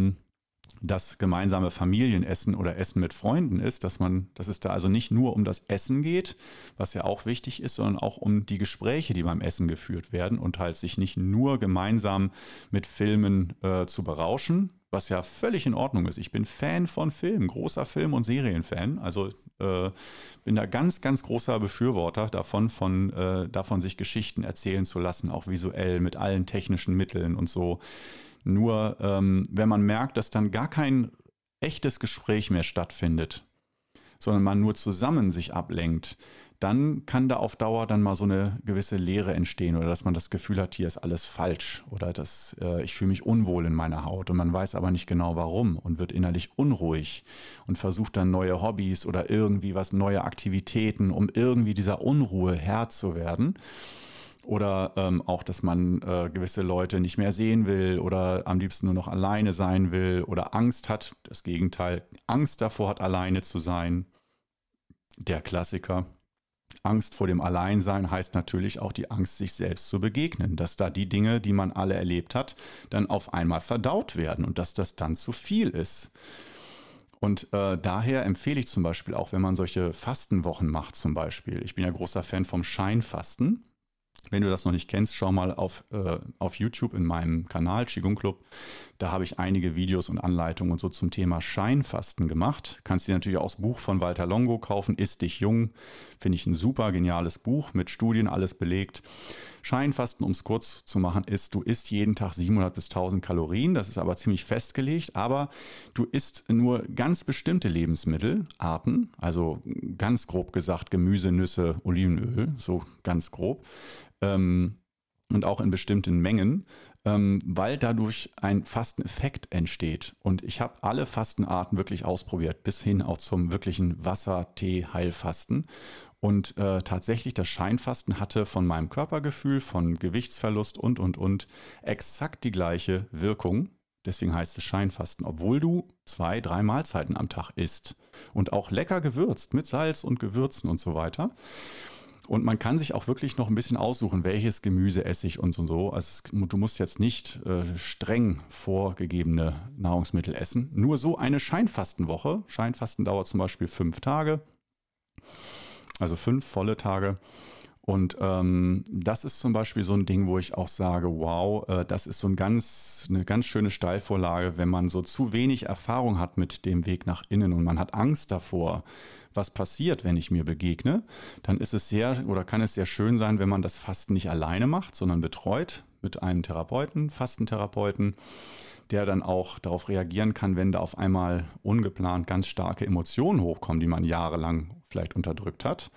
Speaker 1: das gemeinsame Familienessen oder Essen mit Freunden ist, dass es da also nicht nur um das Essen geht, was ja auch wichtig ist, sondern auch um die Gespräche, die beim Essen geführt werden und halt sich nicht nur gemeinsam mit Filmen zu berauschen, was ja völlig in Ordnung ist. Ich bin Fan von Filmen, großer Film- und Serienfan, also bin da ganz, ganz großer Befürworter davon, sich Geschichten erzählen zu lassen, auch visuell mit allen technischen Mitteln und so. Nur wenn man merkt, dass dann gar kein echtes Gespräch mehr stattfindet, sondern man nur zusammen sich ablenkt, dann kann da auf Dauer dann mal so eine gewisse Leere entstehen oder dass man das Gefühl hat, hier ist alles falsch oder ich fühle mich unwohl in meiner Haut und man weiß aber nicht genau warum und wird innerlich unruhig und versucht dann neue Hobbys oder irgendwie neue Aktivitäten, um irgendwie dieser Unruhe Herr zu werden. Oder auch, dass man gewisse Leute nicht mehr sehen will oder am liebsten nur noch alleine sein will oder Angst hat. Das Gegenteil, Angst davor hat, alleine zu sein. Der Klassiker. Angst vor dem Alleinsein heißt natürlich auch die Angst, sich selbst zu begegnen. Dass da die Dinge, die man alle erlebt hat, dann auf einmal verdaut werden und dass das dann zu viel ist. Und daher empfehle ich zum Beispiel auch, wenn man solche Fastenwochen macht zum Beispiel. Ich bin ja großer Fan vom Scheinfasten. Wenn du das noch nicht kennst, schau mal auf YouTube in meinem Kanal Qigong Club. Da habe ich einige Videos und Anleitungen und so zum Thema Scheinfasten gemacht. Kannst dir natürlich auch das Buch von Walter Longo kaufen, Iss dich jung. Finde ich ein super geniales Buch, mit Studien alles belegt. Scheinfasten, um es kurz zu machen, ist, du isst jeden Tag 700 bis 1000 Kalorien. Das ist aber ziemlich festgelegt. Aber du isst nur ganz bestimmte Lebensmittelarten, also ganz grob gesagt Gemüse, Nüsse, Olivenöl, so ganz grob. Und auch in bestimmten Mengen, weil dadurch ein Fasteneffekt entsteht. Und ich habe alle Fastenarten wirklich ausprobiert, bis hin auch zum wirklichen Wasser-Tee-Heilfasten. Und tatsächlich, das Scheinfasten hatte von meinem Körpergefühl, von Gewichtsverlust und exakt die gleiche Wirkung. Deswegen heißt es Scheinfasten, obwohl du 2, 3 Mahlzeiten am Tag isst. Und auch lecker gewürzt mit Salz und Gewürzen und so weiter. Und man kann sich auch wirklich noch ein bisschen aussuchen, welches Gemüse esse ich und so. Also du musst jetzt nicht streng vorgegebene Nahrungsmittel essen. Nur so eine Scheinfastenwoche. Scheinfasten dauert zum Beispiel 5 Tage, also 5 volle Tage. Und das ist zum Beispiel so ein Ding, wo ich auch sage, wow, das ist so eine ganz schöne Steilvorlage, wenn man so zu wenig Erfahrung hat mit dem Weg nach innen und man hat Angst davor, was passiert, wenn ich mir begegne, dann ist es kann es sehr schön sein, wenn man das Fasten nicht alleine macht, sondern betreut mit einem Therapeuten, Fastentherapeuten, der dann auch darauf reagieren kann, wenn da auf einmal ungeplant ganz starke Emotionen hochkommen, die man jahrelang vielleicht unterdrückt hat.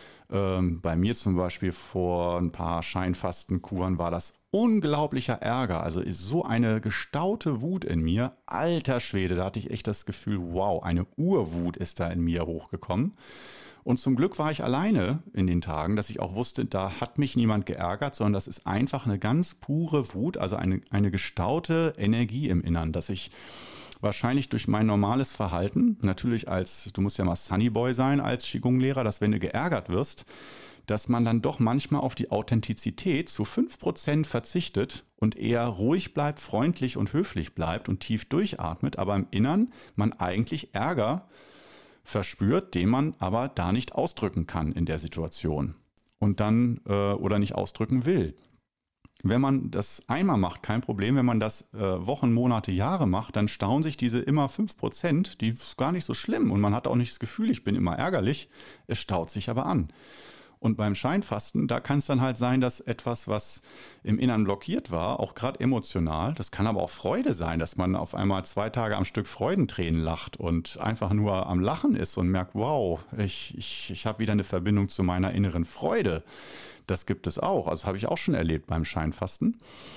Speaker 1: Bei mir zum Beispiel vor ein paar Scheinfastenkuren war das unglaublicher Ärger. Also ist so eine gestaute Wut in mir. Alter Schwede, da hatte ich echt das Gefühl, wow, eine Urwut ist da in mir hochgekommen. Und zum Glück war ich alleine in den Tagen, dass ich auch wusste, da hat mich niemand geärgert, sondern das ist einfach eine ganz pure Wut, also eine gestaute Energie im Innern, dass ich wahrscheinlich durch mein normales Verhalten, natürlich du musst ja mal Sunnyboy sein als Qigong-Lehrer, dass wenn du geärgert wirst, dass man dann doch manchmal auf die Authentizität zu 5% verzichtet und eher ruhig bleibt, freundlich und höflich bleibt und tief durchatmet, aber im Innern man eigentlich Ärger verspürt, den man aber da nicht ausdrücken kann in der Situation und dann oder nicht ausdrücken will. Wenn man das einmal macht, kein Problem. Wenn man das Wochen, Monate, Jahre macht, dann stauen sich diese immer 5%, die ist gar nicht so schlimm. Und man hat auch nicht das Gefühl, ich bin immer ärgerlich. Es staut sich aber an. Und beim Scheinfasten, da kann es dann halt sein, dass etwas, was im Innern blockiert war, auch gerade emotional, das kann aber auch Freude sein, dass man auf einmal 2 Tage am Stück Freudentränen lacht und einfach nur am Lachen ist und merkt, wow, ich habe wieder eine Verbindung zu meiner inneren Freude. Das gibt es auch. Also habe ich auch schon erlebt beim Scheinfasten.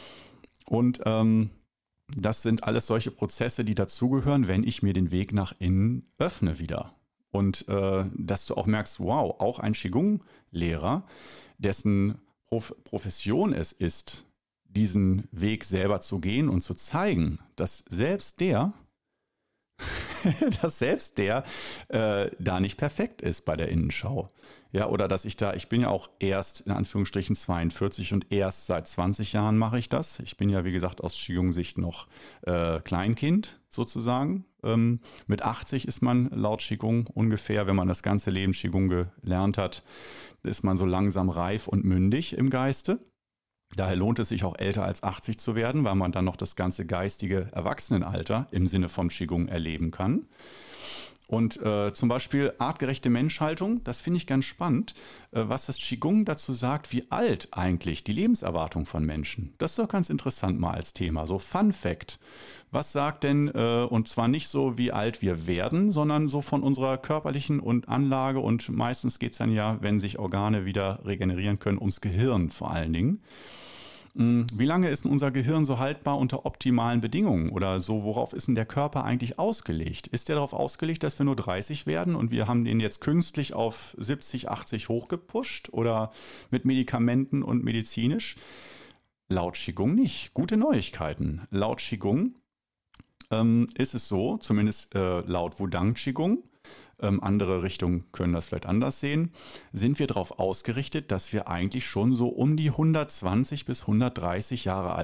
Speaker 1: Und das sind alles solche Prozesse, die dazugehören, wenn ich mir den Weg nach innen öffne wieder. Und dass du auch merkst, wow, auch ein Qigong-Lehrer, dessen Profession es ist, diesen Weg selber zu gehen und zu zeigen, dass selbst der da nicht perfekt ist bei der Innenschau. Ja, oder dass ich bin ja auch erst in Anführungsstrichen 42 und erst seit 20 Jahren mache ich das. Ich bin ja, wie gesagt, aus Qigong-Sicht noch Kleinkind sozusagen. Mit 80 ist man laut Qigong ungefähr, wenn man das ganze Leben Qigong gelernt hat, ist man so langsam reif und mündig im Geiste. Daher lohnt es sich auch älter als 80 zu werden, weil man dann noch das ganze geistige Erwachsenenalter im Sinne vom Qigong erleben kann. Und zum Beispiel artgerechte Menschhaltung, das finde ich ganz spannend, was das Qigong dazu sagt, wie alt eigentlich die Lebenserwartung von Menschen. Das ist doch ganz interessant mal als Thema. So Fun Fact. Was sagt denn, und zwar nicht so, wie alt wir werden, sondern so von unserer körperlichen und Anlage und meistens geht es dann ja, wenn sich Organe wieder regenerieren können, ums Gehirn vor allen Dingen. Wie lange ist denn unser Gehirn so haltbar unter optimalen Bedingungen oder so? Worauf ist denn der Körper eigentlich ausgelegt? Ist der darauf ausgelegt, dass wir nur 30 werden und wir haben den jetzt künstlich auf 70, 80 hochgepusht oder mit Medikamenten und medizinisch? Laut Qigong nicht. Gute Neuigkeiten. Laut Qigong ist es so, zumindest laut Wudang Qigong, andere Richtungen können das vielleicht anders sehen, sind wir darauf ausgerichtet, dass wir eigentlich schon so um die 120 bis 130 Jahre alt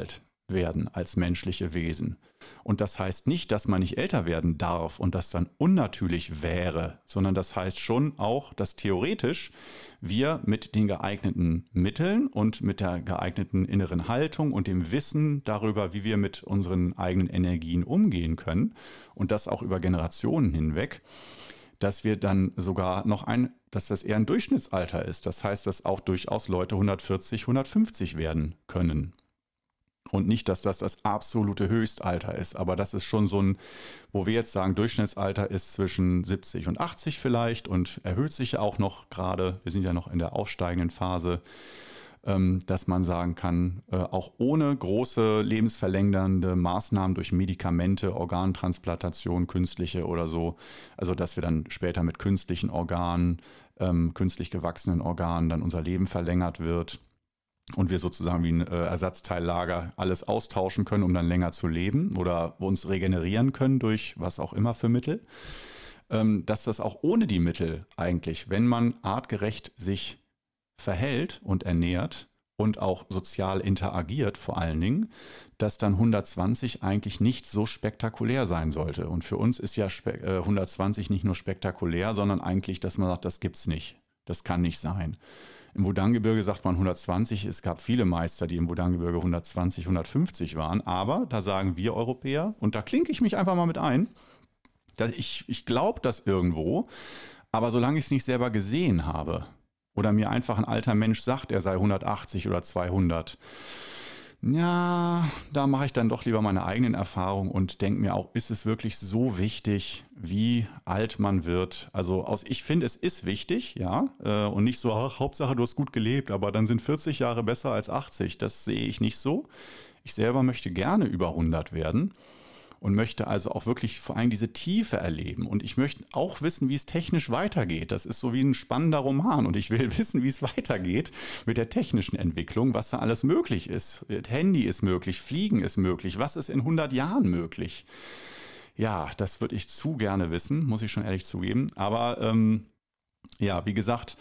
Speaker 1: werden als menschliche Wesen. Und das heißt nicht, dass man nicht älter werden darf und das dann unnatürlich wäre, sondern das heißt schon auch, dass theoretisch wir mit den geeigneten Mitteln und mit der geeigneten inneren Haltung und dem Wissen darüber, wie wir mit unseren eigenen Energien umgehen können und das auch über Generationen hinweg, dass wir dann sogar noch dass das eher ein Durchschnittsalter ist. Das heißt, dass auch durchaus Leute 140, 150 werden können. Und nicht, dass das das absolute Höchstalter ist, aber das ist schon so ein, wo wir jetzt sagen, Durchschnittsalter ist zwischen 70 und 80 vielleicht und erhöht sich ja auch noch gerade, wir sind ja noch in der aufsteigenden Phase, dass man sagen kann, auch ohne große lebensverlängernde Maßnahmen durch Medikamente, Organtransplantation, künstliche oder so, also dass wir dann später mit künstlichen Organen, künstlich gewachsenen Organen dann unser Leben verlängert wird. Und wir sozusagen wie ein Ersatzteillager alles austauschen können, um dann länger zu leben oder uns regenerieren können durch was auch immer für Mittel. Dass das auch ohne die Mittel eigentlich, wenn man artgerecht sich verhält und ernährt und auch sozial interagiert vor allen Dingen, dass dann 120 eigentlich nicht so spektakulär sein sollte. Und für uns ist ja 120 nicht nur spektakulär, sondern eigentlich, dass man sagt, das gibt's nicht. Das kann nicht sein. Im Wudang-Gebirge sagt man 120. Es gab viele Meister, die im Wudang-Gebirge 120, 150 waren. Aber da sagen wir Europäer, und da klinke ich mich einfach mal mit ein, dass ich glaube das irgendwo, aber solange ich es nicht selber gesehen habe oder mir einfach ein alter Mensch sagt, er sei 180 oder 200, ja, da mache ich dann doch lieber meine eigenen Erfahrungen und denke mir auch, ist es wirklich so wichtig, wie alt man wird? Also ich finde, es ist wichtig, ja, und nicht so, ach, Hauptsache du hast gut gelebt, aber dann sind 40 Jahre besser als 80. Das sehe ich nicht so. Ich selber möchte gerne über 100 werden und möchte also auch wirklich vor allem diese Tiefe erleben. Und ich möchte auch wissen, wie es technisch weitergeht. Das ist so wie ein spannender Roman und ich will wissen, wie es weitergeht mit der technischen Entwicklung, was da alles möglich ist. Handy ist möglich, Fliegen ist möglich. Was ist in 100 Jahren möglich? Ja, das würde ich zu gerne wissen, muss ich schon ehrlich zugeben. Aber ja, wie gesagt,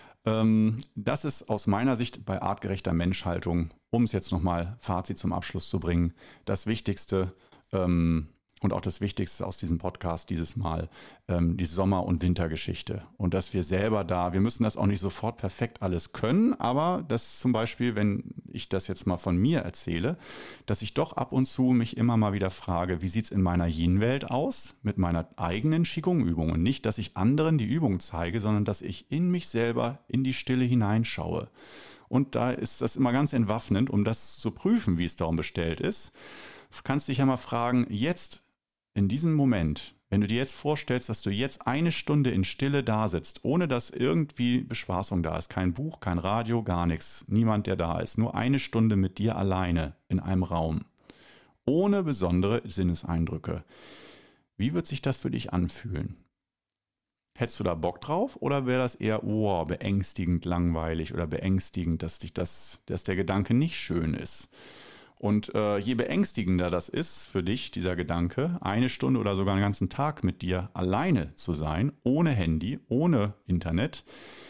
Speaker 1: das ist aus meiner Sicht bei artgerechter Menschhaltung, um es jetzt nochmal Fazit zum Abschluss zu bringen, das Wichtigste, und auch das Wichtigste aus diesem Podcast dieses Mal, die Sommer- und Wintergeschichte. Und dass wir selber wir müssen das auch nicht sofort perfekt alles können, aber dass zum Beispiel, wenn ich das jetzt mal von mir erzähle, dass ich doch ab und zu mich immer mal wieder frage, wie sieht es in meiner Yin-Welt aus, mit meiner eigenen Qigong-Übung. Und nicht, dass ich anderen die Übung zeige, sondern dass ich in mich selber, in die Stille hineinschaue. Und da ist das immer ganz entwaffnend, um das zu prüfen, wie es darum bestellt ist. Du kannst dich ja mal fragen, jetzt, in diesem Moment, wenn du dir jetzt vorstellst, dass du jetzt eine Stunde in Stille da sitzt, ohne dass irgendwie Bespaßung da ist, kein Buch, kein Radio, gar nichts, niemand, der da ist, nur eine Stunde mit dir alleine in einem Raum, ohne besondere Sinneseindrücke. Wie wird sich das für dich anfühlen? Hättest du da Bock drauf oder wäre das eher beängstigend, langweilig oder beängstigend, dass der Gedanke nicht schön ist? Und je beängstigender das ist für dich, dieser Gedanke, eine Stunde oder sogar einen ganzen Tag mit dir alleine zu sein, ohne Handy, ohne Internet,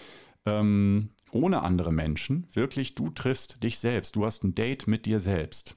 Speaker 1: ohne andere Menschen, wirklich, du triffst dich selbst, du hast ein Date mit dir selbst.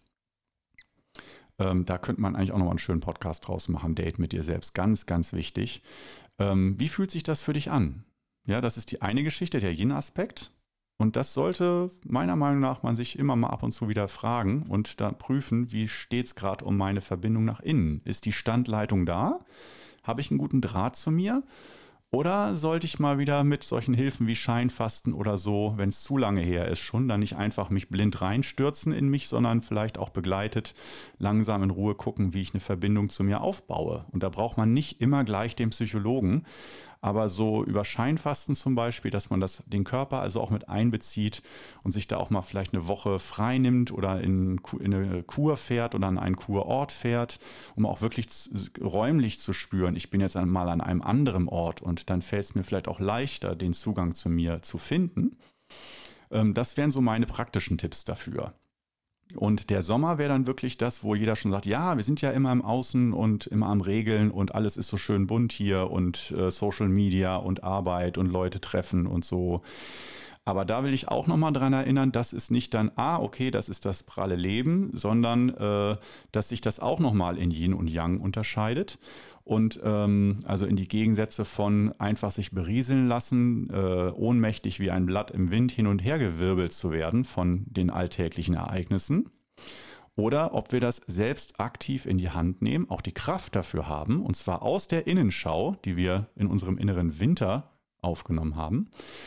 Speaker 1: Da könnte man eigentlich auch nochmal einen schönen Podcast draus machen, Date mit dir selbst, ganz, ganz wichtig. Wie fühlt sich das für dich an? Ja, das ist die eine Geschichte, der Yin-Aspekt. Und das sollte meiner Meinung nach man sich immer mal ab und zu wieder fragen und da prüfen, wie steht es gerade um meine Verbindung nach innen? Ist die Standleitung da? Habe ich einen guten Draht zu mir? Oder sollte ich mal wieder mit solchen Hilfen wie Scheinfasten oder so, wenn es zu lange her ist schon, dann nicht einfach mich blind reinstürzen in mich, sondern vielleicht auch begleitet langsam in Ruhe gucken, wie ich eine Verbindung zu mir aufbaue. Und da braucht man nicht immer gleich den Psychologen, aber so über Scheinfasten zum Beispiel, dass man den Körper also auch mit einbezieht und sich da auch mal vielleicht eine Woche frei nimmt oder in eine Kur fährt oder an einen Kurort fährt, um auch wirklich räumlich zu spüren, ich bin jetzt mal an einem anderen Ort und dann fällt es mir vielleicht auch leichter, den Zugang zu mir zu finden. Das wären so meine praktischen Tipps dafür. Und der Sommer wäre dann wirklich das, wo jeder schon sagt, ja, wir sind ja immer im Außen und immer am Regeln und alles ist so schön bunt hier und Social Media und Arbeit und Leute treffen und so. Aber da will ich auch nochmal dran erinnern, das ist nicht dann, okay, das ist das pralle Leben, sondern dass sich das auch nochmal in Yin und Yang unterscheidet. Und also in die Gegensätze von einfach sich berieseln lassen, ohnmächtig wie ein Blatt im Wind hin und her gewirbelt zu werden von den alltäglichen Ereignissen. Oder ob wir das selbst aktiv in die Hand nehmen, auch die Kraft dafür haben, und zwar aus der Innenschau, die wir in unserem inneren Winter aufgenommen haben.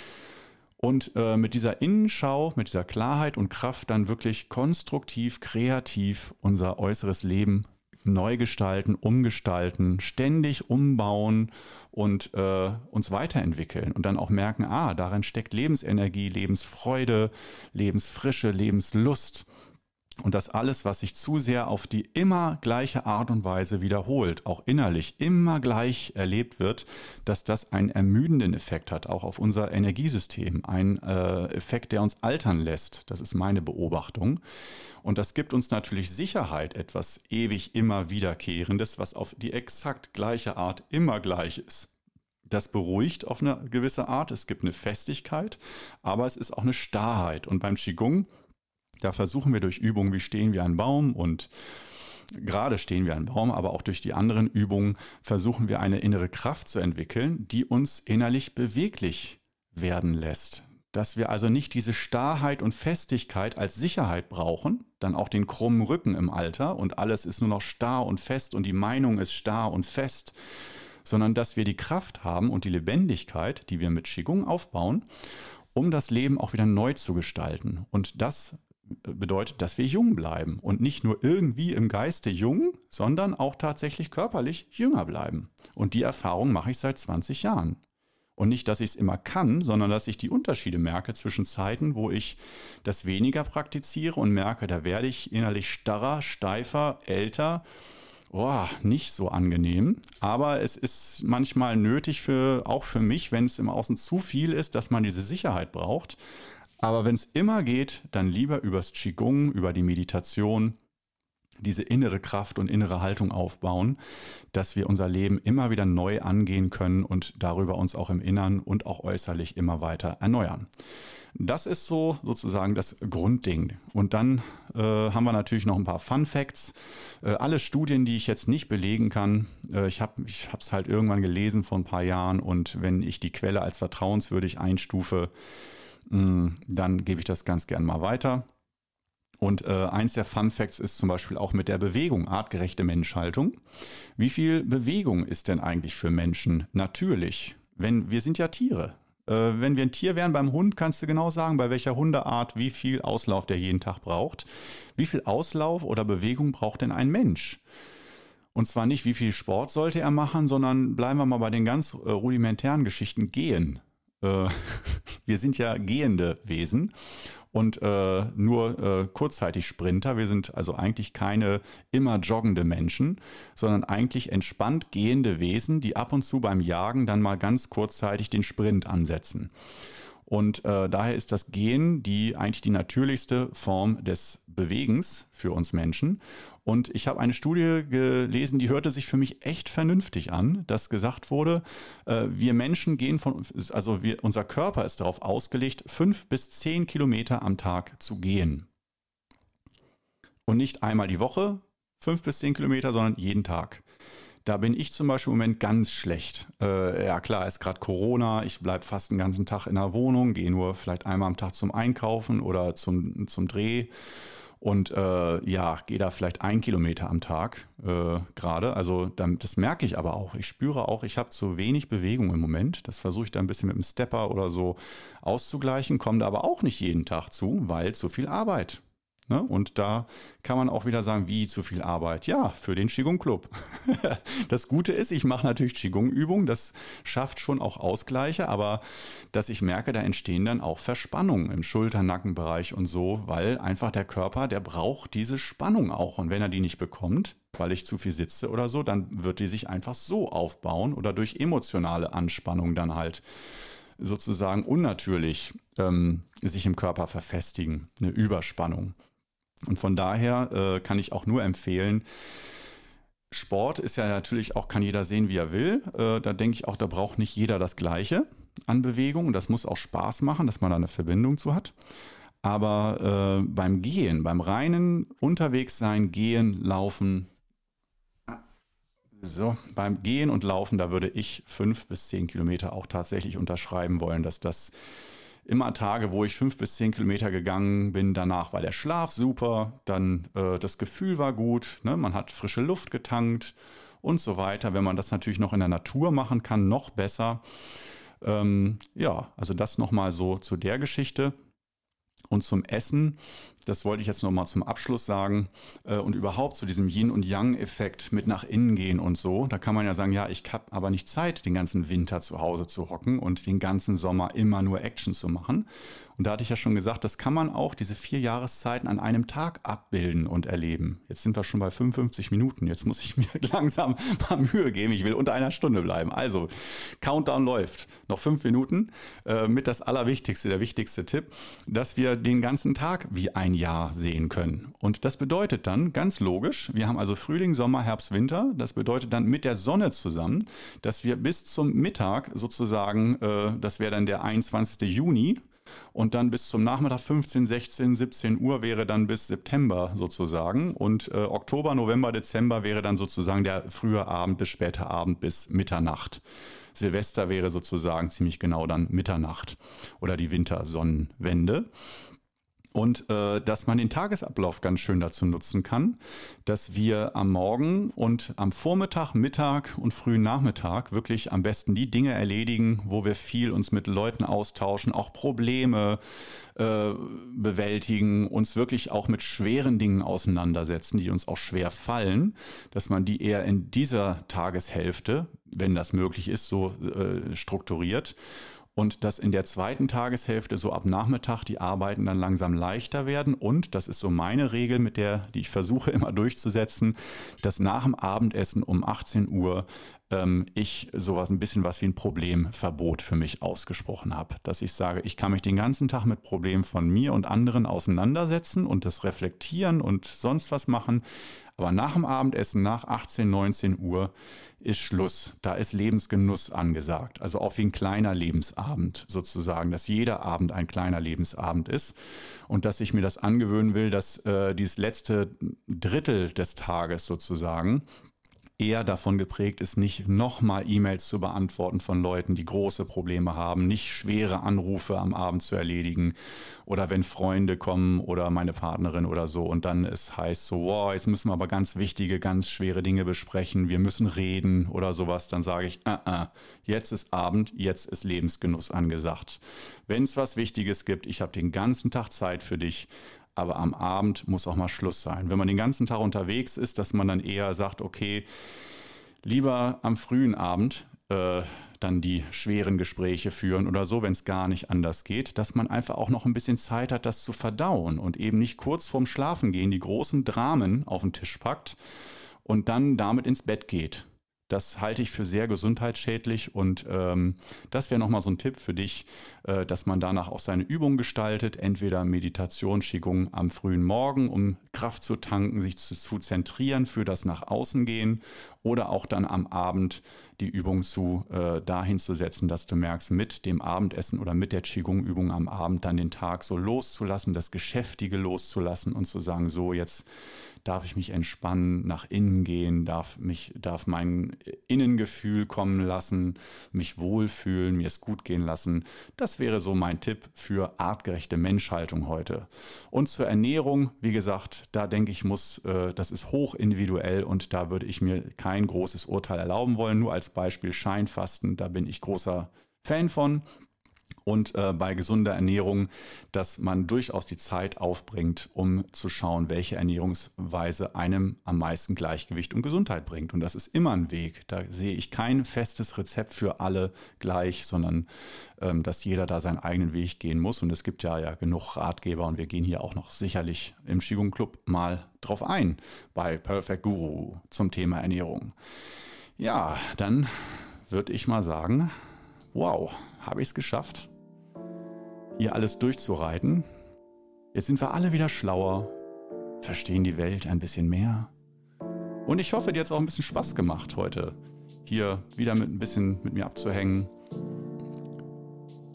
Speaker 1: Und mit dieser Innenschau, mit dieser Klarheit und Kraft dann wirklich konstruktiv, kreativ unser äußeres Leben neu gestalten, umgestalten, ständig umbauen und uns weiterentwickeln und dann auch merken, darin steckt Lebensenergie, Lebensfreude, Lebensfrische, Lebenslust. Und das alles, was sich zu sehr auf die immer gleiche Art und Weise wiederholt, auch innerlich immer gleich erlebt wird, dass das einen ermüdenden Effekt hat, auch auf unser Energiesystem. Ein Effekt, der uns altern lässt. Das ist meine Beobachtung. Und das gibt uns natürlich Sicherheit, etwas ewig immer Wiederkehrendes, was auf die exakt gleiche Art immer gleich ist. Das beruhigt auf eine gewisse Art. Es gibt eine Festigkeit, aber es ist auch eine Starrheit. Und beim Qigong, da versuchen wir durch Übungen wie Stehen wie ein Baum und gerade stehen wie ein Baum, aber auch durch die anderen Übungen versuchen wir eine innere Kraft zu entwickeln, die uns innerlich beweglich werden lässt. Dass wir also nicht diese Starrheit und Festigkeit als Sicherheit brauchen, dann auch den krummen Rücken im Alter und alles ist nur noch starr und fest und die Meinung ist starr und fest, sondern dass wir die Kraft haben und die Lebendigkeit, die wir mit Qigong aufbauen, um das Leben auch wieder neu zu gestalten. Und das bedeutet, dass wir jung bleiben und nicht nur irgendwie im Geiste jung, sondern auch tatsächlich körperlich jünger bleiben. Und die Erfahrung mache ich seit 20 Jahren. Und nicht, dass ich es immer kann, sondern dass ich die Unterschiede merke zwischen Zeiten, wo ich das weniger praktiziere und merke, da werde ich innerlich starrer, steifer, älter. Nicht so angenehm. Aber es ist manchmal nötig auch für mich, wenn es im Außen zu viel ist, dass man diese Sicherheit braucht. Aber wenn es immer geht, dann lieber übers Qigong, über die Meditation, diese innere Kraft und innere Haltung aufbauen, dass wir unser Leben immer wieder neu angehen können und darüber uns auch im Innern und auch äußerlich immer weiter erneuern. Das ist so sozusagen das Grundding. Und dann haben wir natürlich noch ein paar Fun Facts. Alle Studien, die ich jetzt nicht belegen kann, ich habe es halt irgendwann gelesen vor ein paar Jahren und wenn ich die Quelle als vertrauenswürdig einstufe, dann gebe ich das ganz gern mal weiter. Und eins der Fun Facts ist zum Beispiel auch mit der Bewegung, artgerechte Menschhaltung. Wie viel Bewegung ist denn eigentlich für Menschen natürlich? Wir sind ja Tiere. Wenn wir ein Tier wären, beim Hund kannst du genau sagen, bei welcher Hundeart, wie viel Auslauf der jeden Tag braucht. Wie viel Auslauf oder Bewegung braucht denn ein Mensch? Und zwar nicht, wie viel Sport sollte er machen, sondern bleiben wir mal bei den ganz rudimentären Geschichten, gehen. Wir sind ja gehende Wesen und nur kurzzeitig Sprinter. Wir sind also eigentlich keine immer joggende Menschen, sondern eigentlich entspannt gehende Wesen, die ab und zu beim Jagen dann mal ganz kurzzeitig den Sprint ansetzen. Und daher ist das Gehen eigentlich die natürlichste Form des Bewegens für uns Menschen. Und ich habe eine Studie gelesen, die hörte sich für mich echt vernünftig an, dass gesagt wurde, wir Menschen unser Körper ist darauf ausgelegt, 5 bis 10 Kilometer am Tag zu gehen. Und nicht einmal die Woche 5 bis 10 Kilometer, sondern jeden Tag. Da bin ich zum Beispiel im Moment ganz schlecht. Ja klar, ist gerade Corona, ich bleibe fast den ganzen Tag in der Wohnung, gehe nur vielleicht einmal am Tag zum Einkaufen oder zum Dreh und gehe da vielleicht 1 Kilometer am Tag gerade. Also das merke ich aber auch. Ich spüre auch, ich habe zu wenig Bewegung im Moment. Das versuche ich da ein bisschen mit dem Stepper oder so auszugleichen, komme da aber auch nicht jeden Tag zu, weil zu viel Arbeit. Ne? Und da kann man auch wieder sagen, wie zu viel Arbeit? Ja, für den Qigong-Club. Das Gute ist, ich mache natürlich Qigong-Übungen, das schafft schon auch Ausgleiche, aber dass ich merke, da entstehen dann auch Verspannungen im Schulter-Nackenbereich und so, weil einfach der Körper, der braucht diese Spannung auch. Und wenn er die nicht bekommt, weil ich zu viel sitze oder so, dann wird die sich einfach so aufbauen oder durch emotionale Anspannung dann halt sozusagen unnatürlich sich im Körper verfestigen, eine Überspannung. Und von daher kann ich auch nur empfehlen, Sport ist ja natürlich auch, kann jeder sehen, wie er will. Da denke ich auch, da braucht nicht jeder das Gleiche. an Bewegung. Das muss auch Spaß machen, dass man da eine Verbindung zu hat. Aber beim Gehen, beim reinen Unterwegssein, Gehen, Laufen, so, beim Gehen und Laufen, da würde ich 5 bis 10 Kilometer auch tatsächlich unterschreiben wollen, dass das immer Tage, wo ich 5 bis 10 Kilometer gegangen bin, danach war der Schlaf super, dann das Gefühl war gut, ne? Man hat frische Luft getankt und so weiter. Wenn man das natürlich noch in der Natur machen kann, noch besser. Ja, also das nochmal so zu der Geschichte. Und zum Essen, das wollte ich jetzt nochmal zum Abschluss sagen, und überhaupt zu diesem Yin- und Yang-Effekt mit nach innen gehen und so, da kann man ja sagen, ja, ich habe aber nicht Zeit, den ganzen Winter zu Hause zu hocken und den ganzen Sommer immer nur Action zu machen. Und da hatte ich ja schon gesagt, das kann man auch, diese 4 Jahreszeiten an einem Tag abbilden und erleben. Jetzt sind wir schon bei 55 Minuten, jetzt muss ich mir langsam mal Mühe geben, ich will unter einer Stunde bleiben. Also, Countdown läuft, noch 5 Minuten, mit das Allerwichtigste, der wichtigste Tipp, dass wir den ganzen Tag wie ein Jahr sehen können. Und das bedeutet dann, ganz logisch, wir haben also Frühling, Sommer, Herbst, Winter, das bedeutet dann mit der Sonne zusammen, dass wir bis zum Mittag sozusagen, das wäre dann der 21. Juni, und dann bis zum Nachmittag 15, 16, 17 Uhr wäre dann bis September sozusagen. Und Oktober, November, Dezember wäre dann sozusagen der frühe Abend bis später Abend bis Mitternacht. Silvester wäre sozusagen ziemlich genau dann Mitternacht oder die Wintersonnenwende. Und dass man den Tagesablauf ganz schön dazu nutzen kann, dass wir am Morgen und am Vormittag, Mittag und frühen Nachmittag wirklich am besten die Dinge erledigen, wo wir viel uns mit Leuten austauschen, auch Probleme bewältigen, uns wirklich auch mit schweren Dingen auseinandersetzen, die uns auch schwer fallen, dass man die eher in dieser Tageshälfte, wenn das möglich ist, so strukturiert. Und dass in der zweiten Tageshälfte so ab Nachmittag die Arbeiten dann langsam leichter werden. Und das ist so meine Regel, die ich versuche immer durchzusetzen, dass nach dem Abendessen um 18 Uhr ich sowas ein bisschen was wie ein Problemverbot für mich ausgesprochen habe. Dass ich sage, ich kann mich den ganzen Tag mit Problemen von mir und anderen auseinandersetzen und das reflektieren und sonst was machen. Aber nach dem Abendessen, nach 18, 19 Uhr ist Schluss. Da ist Lebensgenuss angesagt. Also auch wie ein kleiner Lebensabend sozusagen, dass jeder Abend ein kleiner Lebensabend ist. Und dass ich mir das angewöhnen will, dass dieses letzte Drittel des Tages sozusagen eher davon geprägt ist, nicht nochmal E-Mails zu beantworten von Leuten, die große Probleme haben, nicht schwere Anrufe am Abend zu erledigen oder wenn Freunde kommen oder meine Partnerin oder so und dann es heißt so, wow, jetzt müssen wir aber ganz wichtige, ganz schwere Dinge besprechen, wir müssen reden oder sowas, dann sage ich, jetzt ist Abend, jetzt ist Lebensgenuss angesagt. Wenn es was Wichtiges gibt, ich habe den ganzen Tag Zeit für dich, aber am Abend muss auch mal Schluss sein. Wenn man den ganzen Tag unterwegs ist, dass man dann eher sagt, okay, lieber am frühen Abend dann die schweren Gespräche führen oder so, wenn es gar nicht anders geht, dass man einfach auch noch ein bisschen Zeit hat, das zu verdauen und eben nicht kurz vorm Schlafengehen die großen Dramen auf den Tisch packt und dann damit ins Bett geht. Das halte ich für sehr gesundheitsschädlich und das wäre nochmal so ein Tipp für dich, dass man danach auch seine Übung gestaltet, entweder Meditation, Qigong am frühen Morgen, um Kraft zu tanken, sich zu zentrieren für das nach außen gehen oder auch dann am Abend die Übung dahin zu setzen, dass du merkst, mit dem Abendessen oder mit der Qigong-Übung am Abend dann den Tag so loszulassen, das Geschäftige loszulassen und zu sagen, so jetzt darf ich mich entspannen, nach innen gehen, darf mein Innengefühl kommen lassen, mich wohlfühlen, mir es gut gehen lassen. Das wäre so mein Tipp für artgerechte Menschhaltung heute. Und zur Ernährung, wie gesagt, da denke ich, das ist hoch individuell und da würde ich mir kein großes Urteil erlauben wollen. Nur als Beispiel Scheinfasten, da bin ich großer Fan von. Und bei gesunder Ernährung, dass man durchaus die Zeit aufbringt, um zu schauen, welche Ernährungsweise einem am meisten Gleichgewicht und Gesundheit bringt. Und das ist immer ein Weg. Da sehe ich kein festes Rezept für alle gleich, sondern dass jeder da seinen eigenen Weg gehen muss. Und es gibt ja genug Ratgeber und wir gehen hier auch noch sicherlich im Qigong Club mal drauf ein bei Perfect Guru zum Thema Ernährung. Ja, dann würde ich mal sagen, wow, habe ich es geschafft, hier alles durchzureiten. Jetzt sind wir alle wieder schlauer, verstehen die Welt ein bisschen mehr. Und ich hoffe, dir hat es auch ein bisschen Spaß gemacht heute, hier wieder mit ein bisschen mit mir abzuhängen.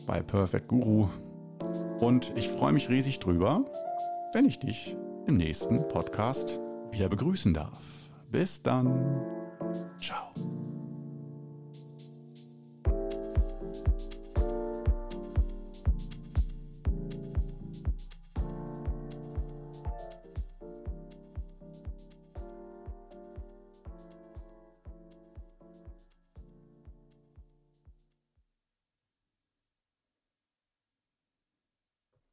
Speaker 1: bei Perfect Guru. Und ich freue mich riesig drüber, wenn ich dich im nächsten Podcast wieder begrüßen darf. Bis dann. Ciao.